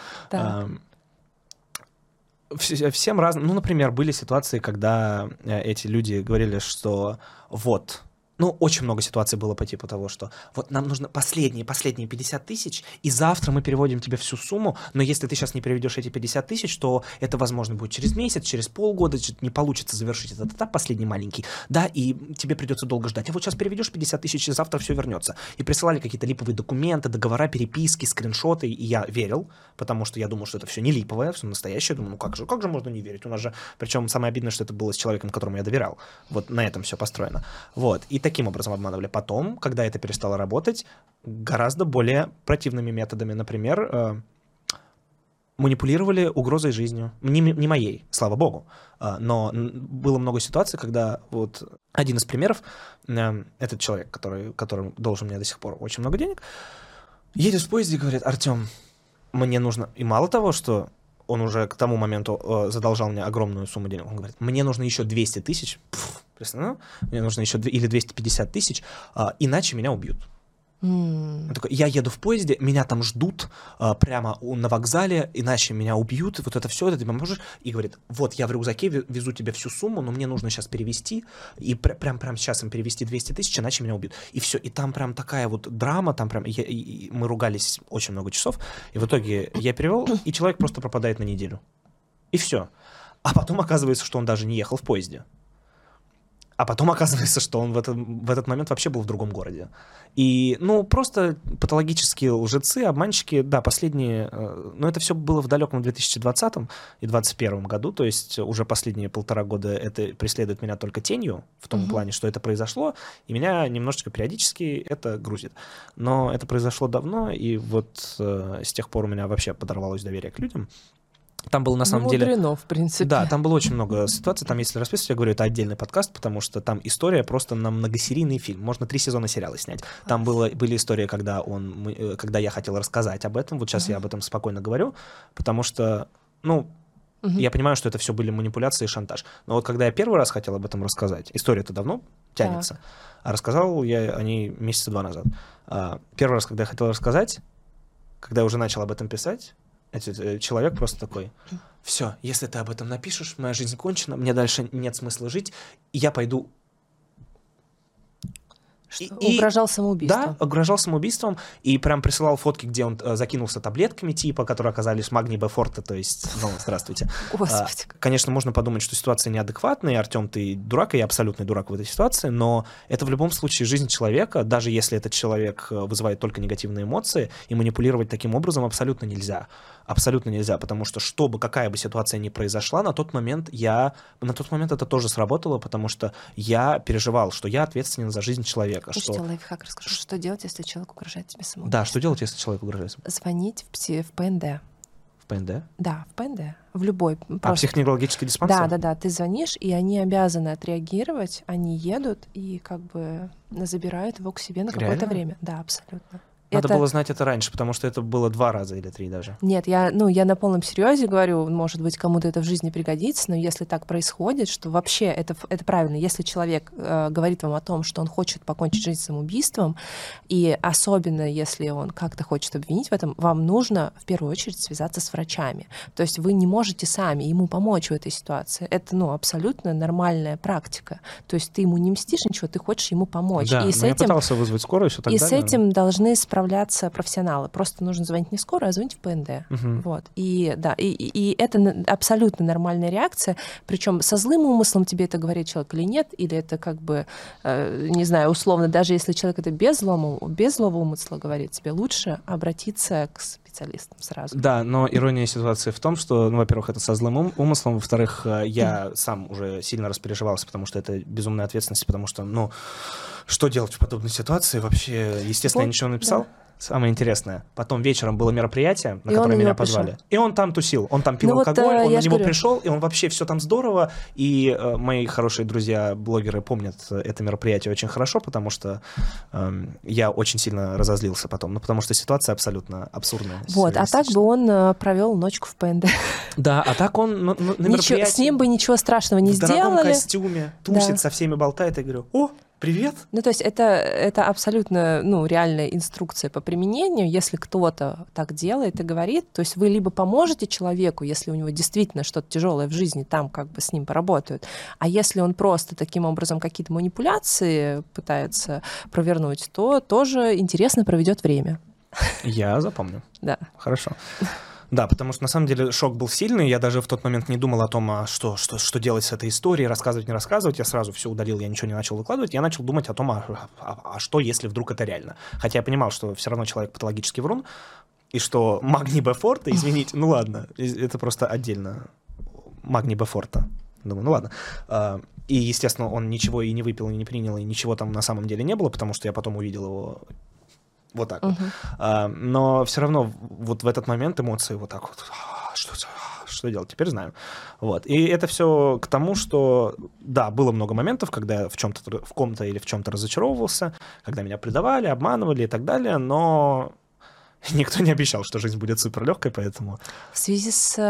Всем разным. Ну, например, были ситуации, когда эти люди говорили, что вот... Ну, очень много ситуаций было по типу того, что вот нам нужно последние, последние пятьдесят тысяч, и завтра мы переводим тебе всю сумму, но если ты сейчас не переведешь эти пятьдесят тысяч, то это, возможно, будет через месяц, через полгода, не получится завершить этот этап последний маленький, да, и тебе придется долго ждать. А вот сейчас переведешь пятьдесят тысяч, и завтра все вернется. И присылали какие-то липовые документы, договора, переписки, скриншоты, и я верил, потому что я думал, что это все не липовое, все настоящее. Думаю, ну как же, как же можно не верить? У нас же, причем самое обидное, что это было с человеком, которому я доверял. Вот на этом все построено. Вот, и таким образом обманывали. Потом, когда это перестало работать, гораздо более противными методами, например, э, манипулировали угрозой жизнью. Не, не моей, слава богу. Э, но было много ситуаций, когда вот один из примеров, э, этот человек, который, который должен мне до сих пор очень много денег, едет в поезде и говорит: Артем, мне нужно... И мало того, что он уже к тому моменту э, задолжал мне огромную сумму денег, он говорит: мне нужно еще двести тысяч, ну, мне нужно еще или двести пятьдесят тысяч, а, иначе меня убьют. Mm. Он такой: я еду в поезде, меня там ждут а, прямо у, на вокзале, иначе меня убьют, вот это все, это ты поможешь? И говорит: вот я в рюкзаке везу тебе всю сумму, но мне нужно сейчас перевести, и пр- прям, прям сейчас им перевести двести тысяч, иначе меня убьют. И все, и там прям такая вот драма, там прям, я, и, и мы ругались очень много часов, и в итоге я перевел, и человек просто пропадает на неделю. И все. А потом оказывается, что он даже не ехал в поезде. А потом оказывается, что он в, этом, в этот момент вообще был в другом городе. И, ну, просто патологические лжецы, обманщики, да, последние... Но это все было в далеком две тысячи двадцатом и двадцать первом году, то есть уже последние полтора года это преследует меня только тенью, в том mm-hmm. плане, что это произошло, и меня немножечко периодически это грузит. Но это произошло давно, и вот э, с тех пор у меня вообще подорвалось доверие к людям. Там было на самом ну, деле... мудрено, в принципе. Да, там было очень много ситуаций. Там, если расписывать, я говорю, это отдельный подкаст, потому что там история просто на многосерийный фильм. Можно три сезона сериала снять. Там было, были истории, когда, он, мы, когда я хотел рассказать об этом. Вот сейчас uh-huh. я об этом спокойно говорю, потому что, ну, uh-huh. я понимаю, что это все были манипуляции и шантаж. Но вот когда я первый раз хотел об этом рассказать, история-то давно тянется, так. а рассказал я о ней месяца два назад. Первый раз, когда я хотел рассказать, когда я уже начал об этом писать, этот человек просто такой: все, если ты об этом напишешь, моя жизнь кончена, мне дальше нет смысла жить, и я пойду... Что, и, угрожал самоубийством. Да, угрожал самоубийством, и прям присылал фотки, где он э, закинулся таблетками типа, которые оказались магний Б-форте, то есть, ну, здравствуйте. Господи. А, конечно, можно подумать, что ситуация неадекватная, Артем, ты дурак, и я абсолютный дурак в этой ситуации, но это в любом случае жизнь человека, даже если этот человек вызывает только негативные эмоции, и манипулировать таким образом абсолютно нельзя. Абсолютно нельзя, потому что, чтобы какая бы ситуация ни произошла, на тот момент я, на тот момент это тоже сработало, потому что я переживал, что я ответственен за жизнь человека. Слушайте, что... лайфхак расскажу, что делать, если человек угрожает тебе самоубийством? Да, что делать, если человек угрожает самоубийством? Звонить в, пси... в ПНД. В ПНД? Да, в ПНД. В любой. Просто... А психоневрологический диспансер? Да, да, да. Ты звонишь, и они обязаны отреагировать, они едут и как бы забирают его к себе на какое-то время. Да, абсолютно. Надо это... было знать это раньше, потому что это было два раза или три даже. Нет, я, ну, я на полном серьезе говорю, может быть, кому-то это в жизни пригодится, но если так происходит, что вообще это, это правильно, если человек э, говорит вам о том, что он хочет покончить жизнь самоубийством, и особенно если он как-то хочет обвинить в этом, вам нужно в первую очередь связаться с врачами. То есть вы не можете сами ему помочь в этой ситуации. Это, ну, абсолютно нормальная практика. То есть ты ему не мстишь ничего, ты хочешь ему помочь. Да, и но с я этим... пытался вызвать скорую, все так И далее. с этим должны справляться профессионалы. Просто нужно звонить не скоро, а звонить в ПНД. Uh-huh. Вот. И, да, и, и это абсолютно нормальная реакция. Причем со злым умыслом тебе это говорит человек или нет, или это как бы, э, не знаю, условно, даже если человек это без злого, без злого умысла говорит, тебе лучше обратиться к специалистам сразу. Да, но ирония ситуации в том, что, ну, во-первых, это со злым ум- умыслом, во-вторых, я mm. сам уже сильно распереживался, потому что это безумная ответственность, потому что, ну, что делать в подобной ситуации? Вообще, естественно, вот, я ничего не написал. Да. Самое интересное. Потом вечером было мероприятие, на и которое меня позвали. Пришел. И он там тусил. Он там пил ну алкоголь, вот, он на него говорю. пришел, и он вообще все там здорово. И э, мои хорошие друзья-блогеры помнят это мероприятие очень хорошо, потому что э, я очень сильно разозлился потом. Ну, потому что ситуация абсолютно абсурдная. Вот, а так бы он э, провел ночку в ПНД. Да, а так он на, на мероприятии... Ничего, с ним бы ничего страшного не в сделали. В дорогом костюме, тусит, да. со всеми болтает. И говорю, о, привет. Ну, то есть это, это абсолютно, ну, реальная инструкция по применению. Если кто-то так делает и говорит, то есть вы либо поможете человеку, если у него действительно что-то тяжелое в жизни, там как бы с ним поработают, а если он просто таким образом какие-то манипуляции пытается провернуть, то тоже интересно проведет время. Я запомню. Да. Хорошо. Да, потому что на самом деле шок был сильный. Я даже в тот момент не думал о том, а что, что, что делать с этой историей, рассказывать, не рассказывать. Я сразу все удалил, я ничего не начал выкладывать. Я начал думать о том, а, а, а что, если вдруг это реально. Хотя я понимал, что все равно человек патологически врун, и что Магний Бефорта, извините, ну ладно, это просто отдельно. Магний Бефорта. Думаю, ну ладно. И, естественно, он ничего и не выпил, и не принял, и ничего там на самом деле не было, потому что я потом увидел его... Вот так uh-huh. вот. А, но все равно вот в этот момент эмоции вот так вот. Что, что делать? Теперь знаю. Вот. И это все к тому, что да, было много моментов, когда я в чем-то, в ком-то или в чем-то разочаровывался, когда меня предавали, обманывали и так далее, но никто не обещал, что жизнь будет суперлегкой, поэтому... В связи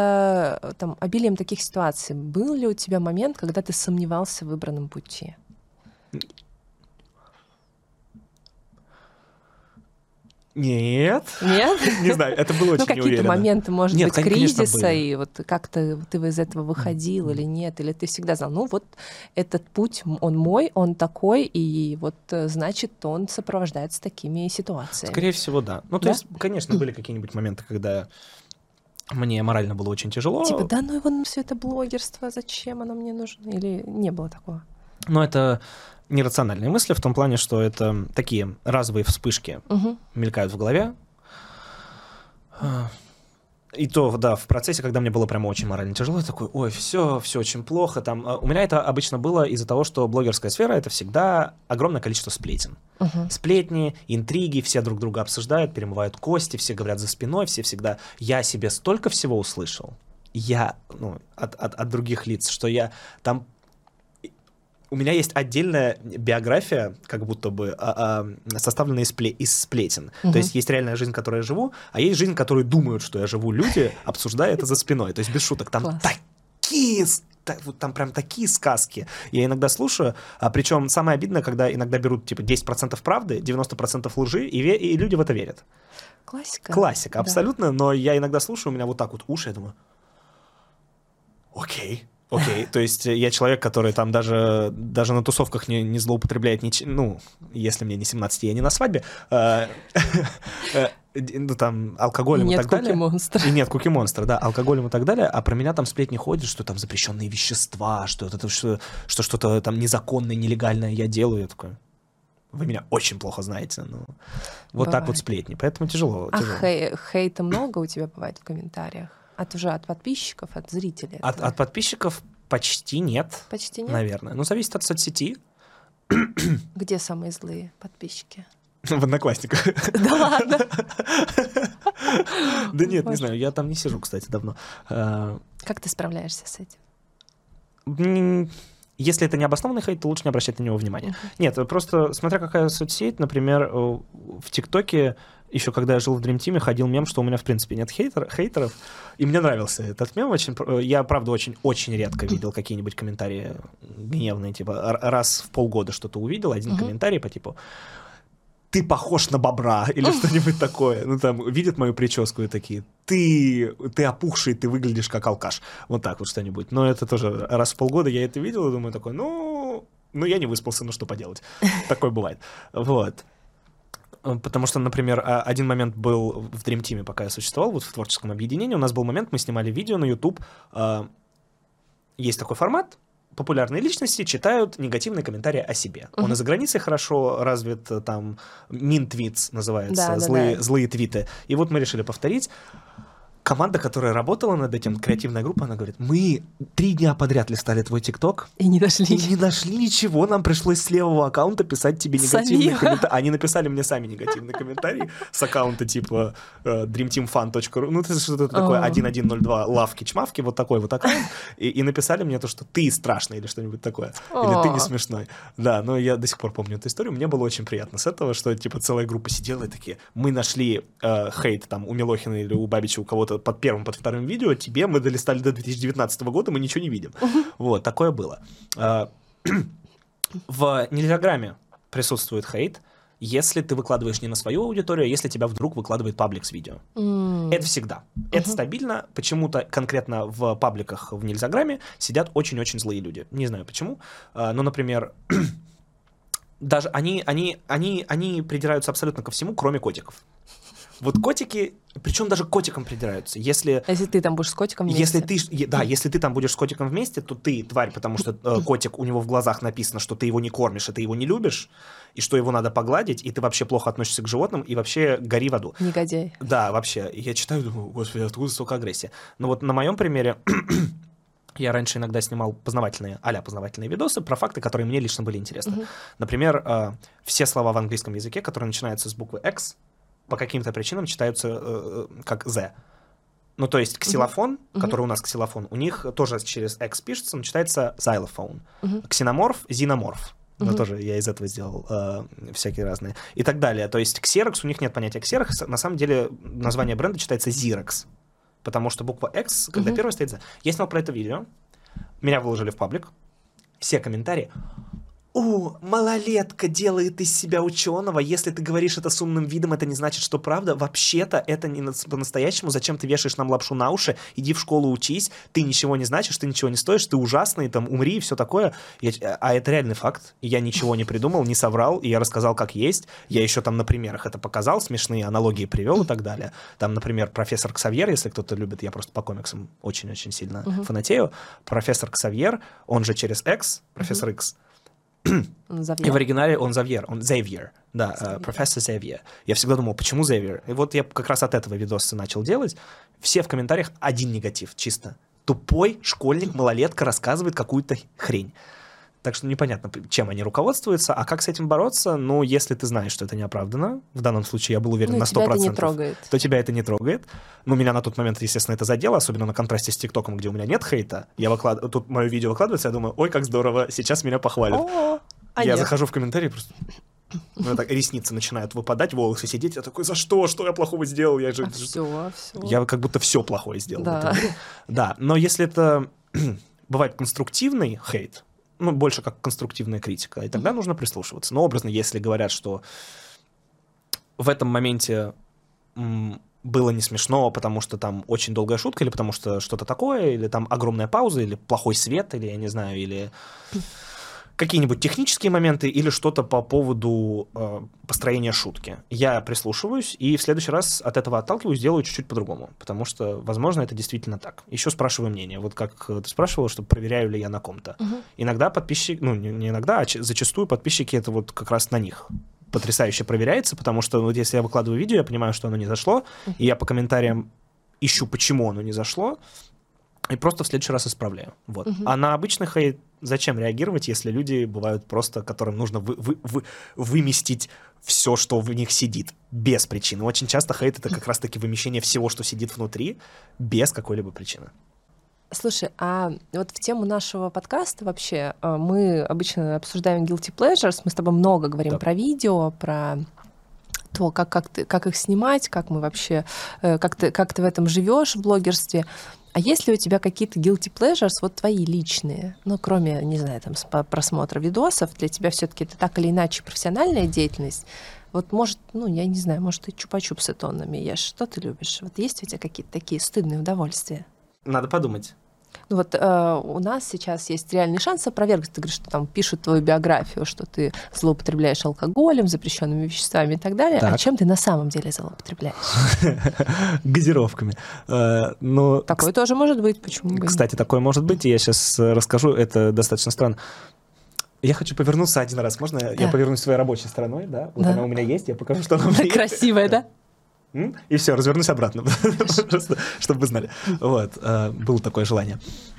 с там, обилием таких ситуаций, был ли у тебя момент, когда ты сомневался в выбранном пути? Нет. Нет? Не знаю, это было очень неуверенно. Ну, какие-то моменты, может нет, быть, кризиса, и вот как-то ты из этого выходил или нет, или ты всегда знал, ну вот этот путь, он мой, он такой, и вот, значит, он сопровождается такими ситуациями. Скорее всего, да. Ну, то да? есть, конечно, были какие-нибудь моменты, когда мне морально было очень тяжело. Типа, да ну его все это блогерство, зачем оно мне нужно? Или не было такого? Ну, это... нерациональные мысли в том плане, что это такие разовые вспышки угу. мелькают в голове. И то, да, в процессе, когда мне было прямо очень морально тяжело, я такой, ой, все, все очень плохо. Там, у меня это обычно было из-за того, что блогерская сфера — это всегда огромное количество сплетен. Uh-huh. Сплетни, интриги, все друг друга обсуждают, перемывают кости, все говорят за спиной, все всегда... Я себе столько всего услышал, я, ну, от, от, от других лиц, что я там... У меня есть отдельная биография, как будто бы а, а, составленная из, спле- из сплетен. Uh-huh. То есть есть реальная жизнь, в которой я живу, а есть жизнь, в которой думают, что я живу люди, обсуждая это за спиной. То есть без шуток. Там Класс. такие... Там прям такие сказки. Я иногда слушаю, а причем самое обидное, когда иногда берут типа десять процентов правды, девяносто процентов лжи, и, ве- и люди в это верят. Классика. Классика, абсолютно. Да. Но я иногда слушаю, у меня вот так вот уши, я думаю, окей. Окей, okay. То есть я человек, который там даже, даже на тусовках не, не злоупотребляет ничем, ну, если мне не семнадцать, я не на свадьбе, ну, там, алкоголем и так далее. Нет куки-монстра. И нет куки-монстра, да, алкоголем и так далее, а про меня там сплетни ходят, что там запрещенные вещества, что, это, что, что что-то там незаконное, нелегальное я делаю, я такой... Вы меня очень плохо знаете, ну, вот бывает. Так вот сплетни, поэтому тяжело. А тяжело. Хей, хейта много у тебя бывает в комментариях? От уже от подписчиков, от зрителей? От, от подписчиков почти нет. Почти нет? Наверное. Ну, зависит от соцсети. Где самые злые подписчики? В Одноклассниках. Да ладно? Да нет, не знаю, я там не сижу, кстати, давно. Как ты справляешься с этим? Если это не обоснованный хейт, то лучше не обращать на него внимания. Нет, просто смотря какая соцсеть, например, в ТикТоке еще когда я жил в Dream Team, ходил мем, что у меня, в принципе, нет хейтер, хейтеров. И мне нравился этот мем очень. Я, правда, очень-очень редко видел какие-нибудь комментарии гневные. Типа, раз в полгода что-то увидел, один uh-huh. комментарий по типу «Ты похож на бобра» или что-нибудь такое. Ну, там, видят мою прическу и такие «Ты, ты опухший, ты выглядишь как алкаш». Вот так вот что-нибудь. Но это тоже раз в полгода я это видел и думаю такой, ну, ну я не выспался, ну что поделать. Такое бывает. Вот. Потому что, например, один момент был в Dream Team, пока я существовал, вот в творческом объединении, у нас был момент, мы снимали видео на YouTube. Есть такой формат, популярные личности читают негативные комментарии о себе. Uh-huh. Он и за границей хорошо развит, там, mean tweets называется, да, злые, да, да. злые твиты. И вот мы решили повторить. Команда, которая работала над этим, креативная группа, она говорит, мы три дня подряд листали твой ТикТок. И не нашли. И не нашли ничего, нам пришлось с левого аккаунта писать тебе негативные комментарии. Они написали мне сами негативные комментарии с аккаунта типа dream team fan точка ru. Ну, это что-то такое один один ноль два лавки-чмавки, вот такой вот аккаунт. И, и написали мне то, что ты страшный или что-нибудь такое. Или ты не смешной. Да, но я до сих пор помню эту историю. Мне было очень приятно с этого, что типа целая группа сидела и такие, мы нашли э, хейт там у Милохина или у Бабича, у кого-то под первым, под вторым видео, тебе мы долистали до две тысячи девятнадцатого года, мы ничего не видим. Uh-huh. Вот, такое было. В Нельзяграме присутствует хейт, если ты выкладываешь не на свою аудиторию, а если тебя вдруг выкладывает паблик с видео. Mm. Это всегда. Uh-huh. Это стабильно. Почему-то конкретно в пабликах в Нельзяграме сидят очень-очень злые люди. Не знаю почему. Ну, например, даже они, они, они, они придираются абсолютно ко всему, кроме котиков. Вот котики, причем даже к котикам придираются. Если, если ты там будешь с котиком вместе. Если ты, да, если ты там будешь с котиком вместе, то ты тварь, потому что э, котик, у него в глазах написано, что ты его не кормишь, и ты его не любишь, и что его надо погладить, и ты вообще плохо относишься к животным, и вообще гори в аду. Негодяй. Да, вообще. Я читаю и думаю, господи, откуда столько агрессии? Но вот на моем примере... Я раньше иногда снимал познавательные, а-ля познавательные видосы про факты, которые мне лично были интересны. Uh-huh. Например, э, все слова в английском языке, которые начинаются с буквы X, по каким-то причинам читаются э, как Z. Ну, то есть ксилофон, uh-huh. который у нас ксилофон, у них тоже через X пишется, но читается xylophone. Uh-huh. Ксеноморф, зиноморф. Uh-huh. Ну, тоже я из этого сделал э, всякие разные. И так далее. То есть ксерокс, у них нет понятия ксерокс. На самом деле название бренда читается Xerox. Потому что буква X, когда uh-huh. первая стоит Z. Я снял про это видео, меня выложили в паблик, все комментарии. «О, малолетка делает из себя ученого. Если ты говоришь это с умным видом, это не значит, что правда. Вообще-то это не по-настоящему. Зачем ты вешаешь нам лапшу на уши? Иди в школу учись. Ты ничего не значишь, ты ничего не стоишь, ты ужасный, там, умри и все такое». Я, а это реальный факт. Я ничего не придумал, не соврал, и я рассказал, как есть. Я еще там на примерах это показал, смешные аналогии привел и так далее. Там, например, профессор Ксавьер, если кто-то любит, я просто по комиксам очень-очень сильно uh-huh. фанатею. Профессор Ксавьер, он же через X, профессор uh-huh. X. И в оригинале он Завьер, он Зейвьер, да, uh, профессор Зейвьер. Я всегда думал, почему Зейвьер? И вот я как раз от этого видоса начал делать. Все в комментариях один негатив, чисто. Тупой школьник, малолетка рассказывает какую-то хрень. Так что непонятно, чем они руководствуются, а как с этим бороться, ну, если ты знаешь, что это неоправданно, в данном случае я был уверен ну, на сто процентов, тебя это не трогает. То тебя это не трогает. Ну, меня на тот момент, естественно, это задело, особенно на контрасте с ТикТоком, где у меня нет хейта. Я выклад... Тут мое видео выкладывается, я думаю, ой, как здорово, сейчас меня похвалят. О, а я нет. захожу в комментарии, просто... У меня так ресницы начинают выпадать, волосы сидеть. Я такой, за что? Что я плохого сделал? Я же... А все, все. Я как будто все плохое сделал. Да. Да, но если это бывает конструктивный хейт, ну, больше как конструктивная критика, и тогда mm-hmm. нужно прислушиваться. Но образно, если говорят, что в этом моменте м, было не смешно, потому что там очень долгая шутка, или потому что что-то такое, или там огромная пауза, или плохой свет, или, я не знаю, или какие-нибудь технические моменты, или что-то по поводу э, построения шутки. Я прислушиваюсь, и в следующий раз от этого отталкиваюсь, делаю чуть-чуть по-другому, потому что, возможно, это действительно так. Еще спрашиваю мнение. Вот как ты спрашивала, что проверяю ли я на ком-то. Uh-huh. Иногда подписчики, ну, не, не иногда, а зачастую подписчики, это вот как раз на них потрясающе проверяется, потому что вот если я выкладываю видео, я понимаю, что оно не зашло, uh-huh. и я по комментариям ищу, почему оно не зашло, и просто в следующий раз исправляю. Вот. Uh-huh. А на обычный хейт зачем реагировать, если люди бывают просто, которым нужно вы, вы, вы, выместить все, что в них сидит, без причины. Очень часто хейт — это как раз-таки вымещение всего, что сидит внутри, без какой-либо причины. Слушай, а вот в тему нашего подкаста вообще мы обычно обсуждаем guilty pleasures, мы с тобой много говорим да. про видео, про то, как, как, ты, как их снимать, как мы вообще, как ты, как ты в этом живешь в блогерстве. А есть ли у тебя какие-то guilty pleasures, вот твои личные? Ну, кроме, не знаю, там, просмотра видосов, для тебя все-таки это так или иначе профессиональная деятельность. Вот, может, ну, я не знаю, может, ты чупа-чупсы тоннами ешь. Что ты любишь? Вот есть у тебя какие-то такие стыдные удовольствия? Надо подумать. Ну вот э, у нас сейчас есть реальный шанс опровергнуть. Ты говоришь, что там пишут твою биографию, что ты злоупотребляешь алкоголем, запрещенными веществами и так далее. Так. А чем ты на самом деле злоупотребляешь? Газировками. Такое тоже может быть. Почему? Кстати, такое может быть. И я сейчас расскажу. Это достаточно странно. Я хочу повернуться один раз. Можно да. я повернусь своей рабочей стороной? Да? Вот да. она у меня есть. Я покажу, что она у меня есть. Красивая, да? И все, развернусь обратно, просто, чтобы вы знали. Вот, было такое желание.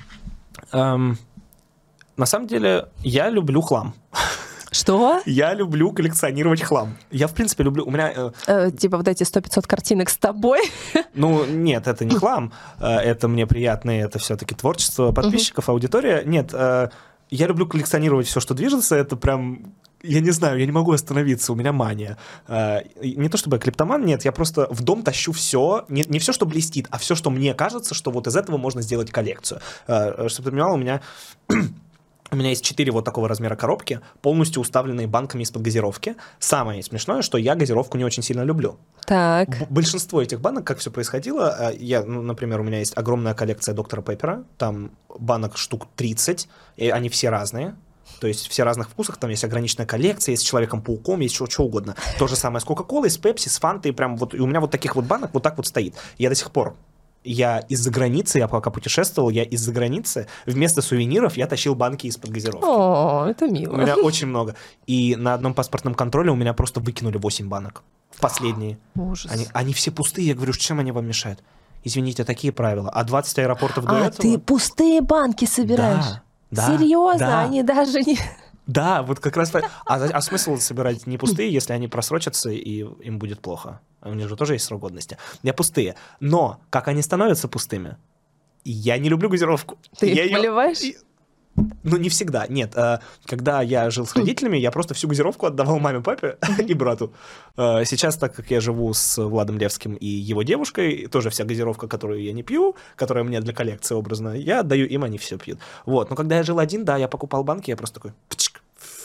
На самом деле, я люблю хлам. Что? Я люблю коллекционировать хлам. Я, в принципе, люблю... У меня... Э, типа вот эти сто-пятьсот картинок с тобой? Ну, нет, это не хлам. Это мне приятно, это все-таки творчество подписчиков, аудитория. Нет, я люблю коллекционировать все, что движется. Это прям... Я не знаю, я не могу остановиться, у меня мания. Не то чтобы я клептоман, нет, я просто в дом тащу все, не, не все, что блестит, а все, что мне кажется, что вот из этого можно сделать коллекцию. Чтобы ты понимал, у меня... У меня есть четыре вот такого размера коробки, полностью уставленные банками из-под газировки. Самое смешное, что я газировку не очень сильно люблю. Так. Б- большинство этих банок, как все происходило, я, ну, например, у меня есть огромная коллекция доктора Пеппера, там банок штук тридцать, и они все разные. То есть все разных вкусах, там есть ограниченная коллекция, есть с Человеком-пауком, есть что, что угодно. То же самое с Кока-Колой, с Пепси, с Фантой, прям вот, и у меня вот таких вот банок вот так вот стоит. Я до сих пор, я из-за границы, я пока путешествовал, я из-за границы, вместо сувениров я тащил банки из-под газировки. О, это мило. У меня очень много. И на одном паспортном контроле у меня просто выкинули восемь банок. Последние. Ужас. Они, они все пустые, я говорю, чем они вам мешают? Извините, такие правила. А двадцать аэропортов до а, этого... ты пустые банки собираешь? Да. Да, серьезно, да. Они даже не... Да, вот как раз... А, а смысл собирать не пустые, если они просрочатся, и им будет плохо? У них же тоже есть срок годности. Я пустые. Но как они становятся пустыми? Я не люблю газировку. Ты я их ее... поливаешь? Ну, не всегда, нет. Когда я жил с родителями, я просто всю газировку отдавал маме, папе и брату. Сейчас, так как я живу с Владом Левским и его девушкой, тоже вся газировка, которую я не пью, которая мне для коллекции образно, я отдаю им, они все пьют. Вот. Но когда я жил один, да, я покупал банки, я просто такой... Пчик.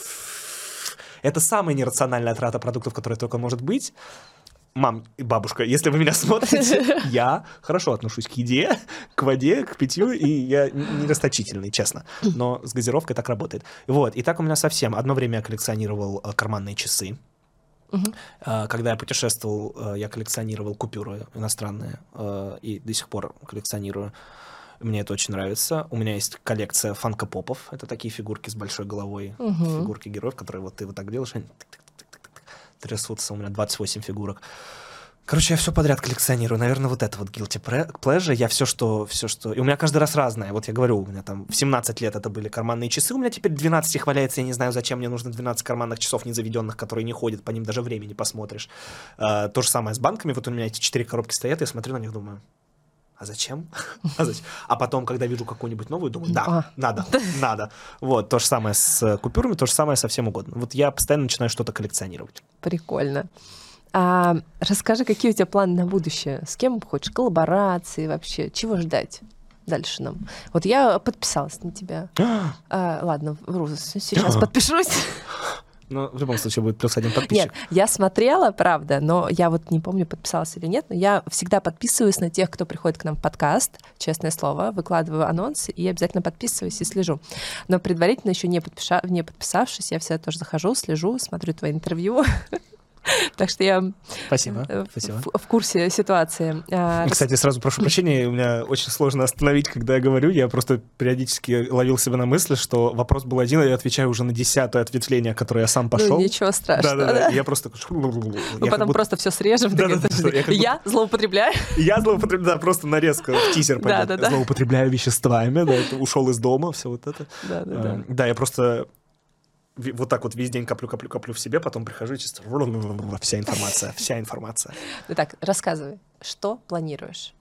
Это самая нерациональная трата продуктов, которая только может быть. Мам и бабушка, если вы меня смотрите, я хорошо отношусь к еде, к воде, к питью, и я не расточительный, честно. Но с газировкой так работает. Вот, и так у меня совсем. Одно время я коллекционировал карманные часы. Uh-huh. Когда я путешествовал, я коллекционировал купюры иностранные, и до сих пор коллекционирую. Мне это очень нравится. У меня есть коллекция фанко-попов. Это такие фигурки с большой головой, uh-huh. фигурки героев, которые вот ты вот так делаешь, они трясутся. У меня двадцать восемь фигурок. Короче, я все подряд коллекционирую. Наверное, вот это вот guilty pleasure. Я все, что... все, что... И у меня каждый раз разное. Вот я говорю, у меня там в семнадцать лет это были карманные часы. У меня теперь двенадцать их валяется. Я не знаю, зачем мне нужно двенадцать карманных часов незаведенных, которые не ходят. По ним даже времени посмотришь. А, то же самое с банками. Вот у меня эти четыре коробки стоят. Я смотрю на них, думаю... А зачем? а зачем? А потом, когда вижу какую-нибудь новую, думаю, да, а. надо, надо. Вот, то же самое с купюрами, то же самое со всем угодно. Вот я постоянно начинаю что-то коллекционировать. Прикольно. А расскажи, какие у тебя планы на будущее? С кем хочешь? Коллаборации вообще? Чего ждать дальше нам? Вот я подписалась на тебя. а, ладно, вру, сейчас подпишусь. Но в любом случае будет плюс один подписчик. Нет, я смотрела, правда, но я вот не помню, подписалась или нет, но я всегда подписываюсь на тех, кто приходит к нам в подкаст, честное слово, выкладываю анонсы и обязательно подписываюсь и слежу. Но предварительно еще не, подпиша... не подписавшись, я всегда тоже захожу, слежу, смотрю твои интервью. Так что я Спасибо. В, Спасибо. В, в курсе ситуации. Кстати, сразу прошу прощения, у меня очень сложно остановить, когда я говорю. Я просто периодически ловил себя на мысли, что вопрос был один, а я отвечаю уже на десятое ответвление, которое я сам пошел. Ну, ничего страшного. Да-да-да. Да? Я просто... Мы потом будто... просто все срежем. Да, да, да, да, я, я будто... злоупотребляю. Я злоупотребляю, да, просто нарезка в тизер пойдет. Да, да, да. Злоупотребляю веществами, да, это, ушел из дома, все вот это. Да, да, да. Да, я просто... Вот так вот весь день коплю-коплю-коплю в себе, потом прихожу и чисто... Вся информация, вся информация. Итак, рассказывай, что планируешь?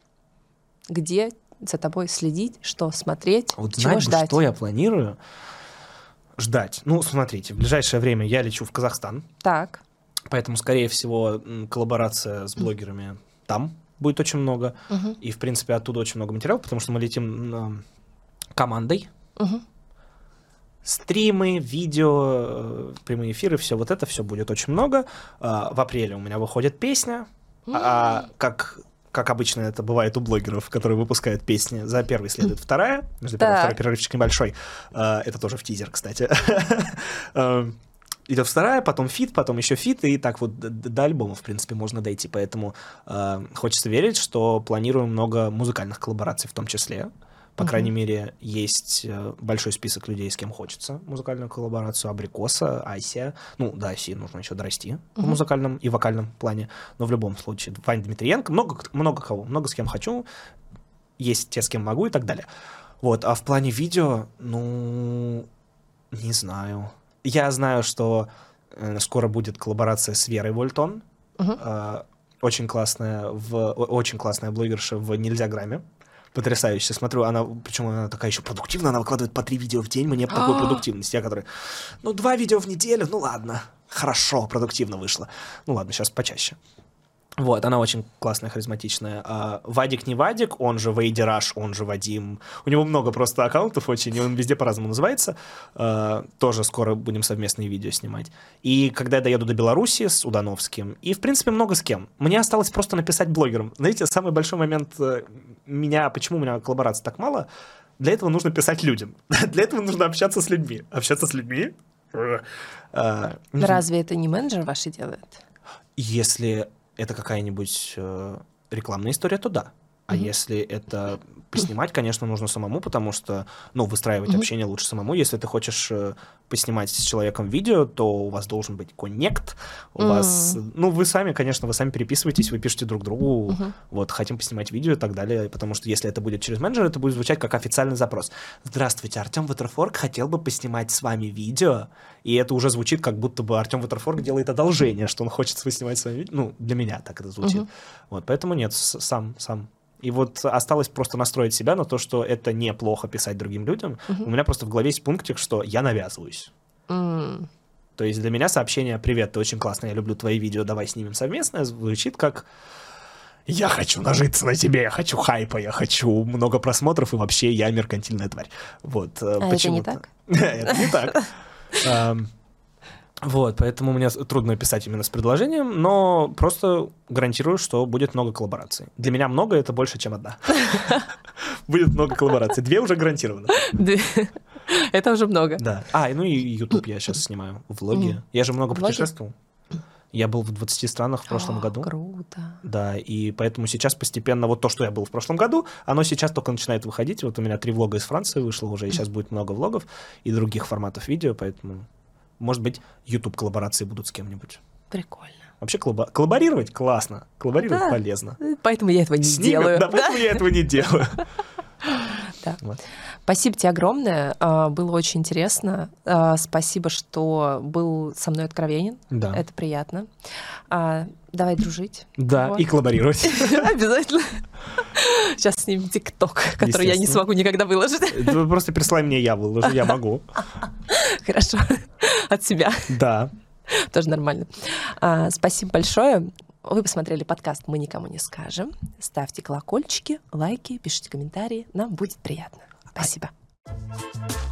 Где за тобой следить, что смотреть, вот чего знать ждать? Бы, что я планирую? Ждать. Ну, смотрите, в ближайшее время я лечу в Казахстан. Так. Поэтому, скорее всего, коллаборация с блогерами там будет очень много. Uh-huh. И, в принципе, оттуда очень много материалов, потому что мы летим командой. Uh-huh. Стримы, видео, прямые эфиры, все вот это, все будет очень много. В апреле у меня выходит песня. Uh-huh. А, как... Как обычно это бывает у блогеров, которые выпускают песни. За первой следует вторая. Между первой и второй перерывчик небольшой. Это тоже в тизер, кстати. Идет вторая, потом фит, потом еще фит, и так вот до альбома, в принципе, можно дойти. Поэтому хочется верить, что планируем много музыкальных коллабораций в том числе. По uh-huh. крайней мере, есть большой список людей, с кем хочется музыкальную коллаборацию. Абрикоса, Ася. Ну, до Аси нужно еще дорасти uh-huh. в музыкальном и вокальном плане. Но в любом случае, Ваня Дмитриенко, много, много кого, много с кем хочу. Есть те, с кем могу и так далее. Вот, а в плане видео, ну, не знаю. Я знаю, что э, скоро будет коллаборация с Верой Вольтон. Uh-huh. Э, очень классная, в, очень классная блогерша в Нельзяграме. Потрясающе. Смотрю, она, причем она такая еще продуктивная, она выкладывает по три видео в день, мне такой продуктивности. Я который, ну, два видео в неделю, ну ладно, хорошо, продуктивно вышло. Ну ладно, сейчас почаще. Вот, она очень классная, харизматичная. А, Вадик не Вадик, он же Вейдераш, он же Вадим. У него много просто аккаунтов очень, и он везде по-разному называется. А, тоже скоро будем совместные видео снимать. И когда я доеду до Беларуси с Удановским, и, в принципе, много с кем. Мне осталось просто написать блогерам. Знаете, самый большой момент меня, почему у меня коллабораций так мало, для этого нужно писать людям. Для этого нужно общаться с людьми. Общаться с людьми? А, Разве это не менеджер ваши делает? Если... это какая-нибудь э, рекламная история, то да. А mm-hmm. если это поснимать, конечно, нужно самому, потому что, ну, выстраивать mm-hmm. общение лучше самому. Если ты хочешь э, поснимать с человеком видео, то у вас должен быть коннект. У mm-hmm. вас, ну, вы сами, конечно, вы сами переписываетесь, вы пишете друг другу, mm-hmm. вот, хотим поснимать видео и так далее, потому что если это будет через менеджера, это будет звучать как официальный запрос. Здравствуйте, Артем Ватерфорк хотел бы поснимать с вами видео, и это уже звучит, как будто бы Артем Ватерфорк делает одолжение, что он хочет поснимать с вами видео. Ну, для меня так это звучит. Mm-hmm. Вот, поэтому нет, сам, сам. И вот осталось просто настроить себя на то, что это неплохо писать другим людям. Uh-huh. У меня просто в голове есть пунктик, что я навязываюсь. Mm. То есть для меня сообщение «Привет, ты очень классный, я люблю твои видео, давай снимем совместно» звучит как «Я хочу нажиться на тебе, я хочу хайпа, я хочу много просмотров, и вообще я меркантильная тварь». Вот. А это не так? Это не так. Вот, поэтому мне трудно писать именно с предложением, но просто гарантирую, что будет много коллабораций. Для меня много — это больше, чем одна. Будет много коллабораций. Две уже гарантировано. Это уже много. Да. А, ну и YouTube я сейчас снимаю, влоги. Я же много путешествовал. Я был в двадцати странах в прошлом году. Круто. Да, и поэтому сейчас постепенно вот то, что я был в прошлом году, оно сейчас только начинает выходить. Вот у меня три влога из Франции вышло уже, и сейчас будет много влогов и других форматов видео, поэтому... Может быть, YouTube-коллаборации будут с кем-нибудь. Прикольно. Вообще коллабо- коллаборировать классно, коллаборировать да. полезно. Поэтому я этого не Снимем, делаю. Да, поэтому я этого не делаю. Да. Вот. Спасибо тебе огромное, было очень интересно. Спасибо, что был со мной откровенен. Да. Это приятно. Давай дружить. Да, вот. И коллаборировать. Обязательно. Сейчас снимем ТикТок, который я не смогу никогда выложить. Просто прислай мне, я выложу, я могу. Хорошо. От себя. Да. Тоже нормально. Спасибо большое. Вы посмотрели подкаст «Мы никому не скажем». Ставьте колокольчики, лайки, пишите комментарии. Нам будет приятно. Спасибо.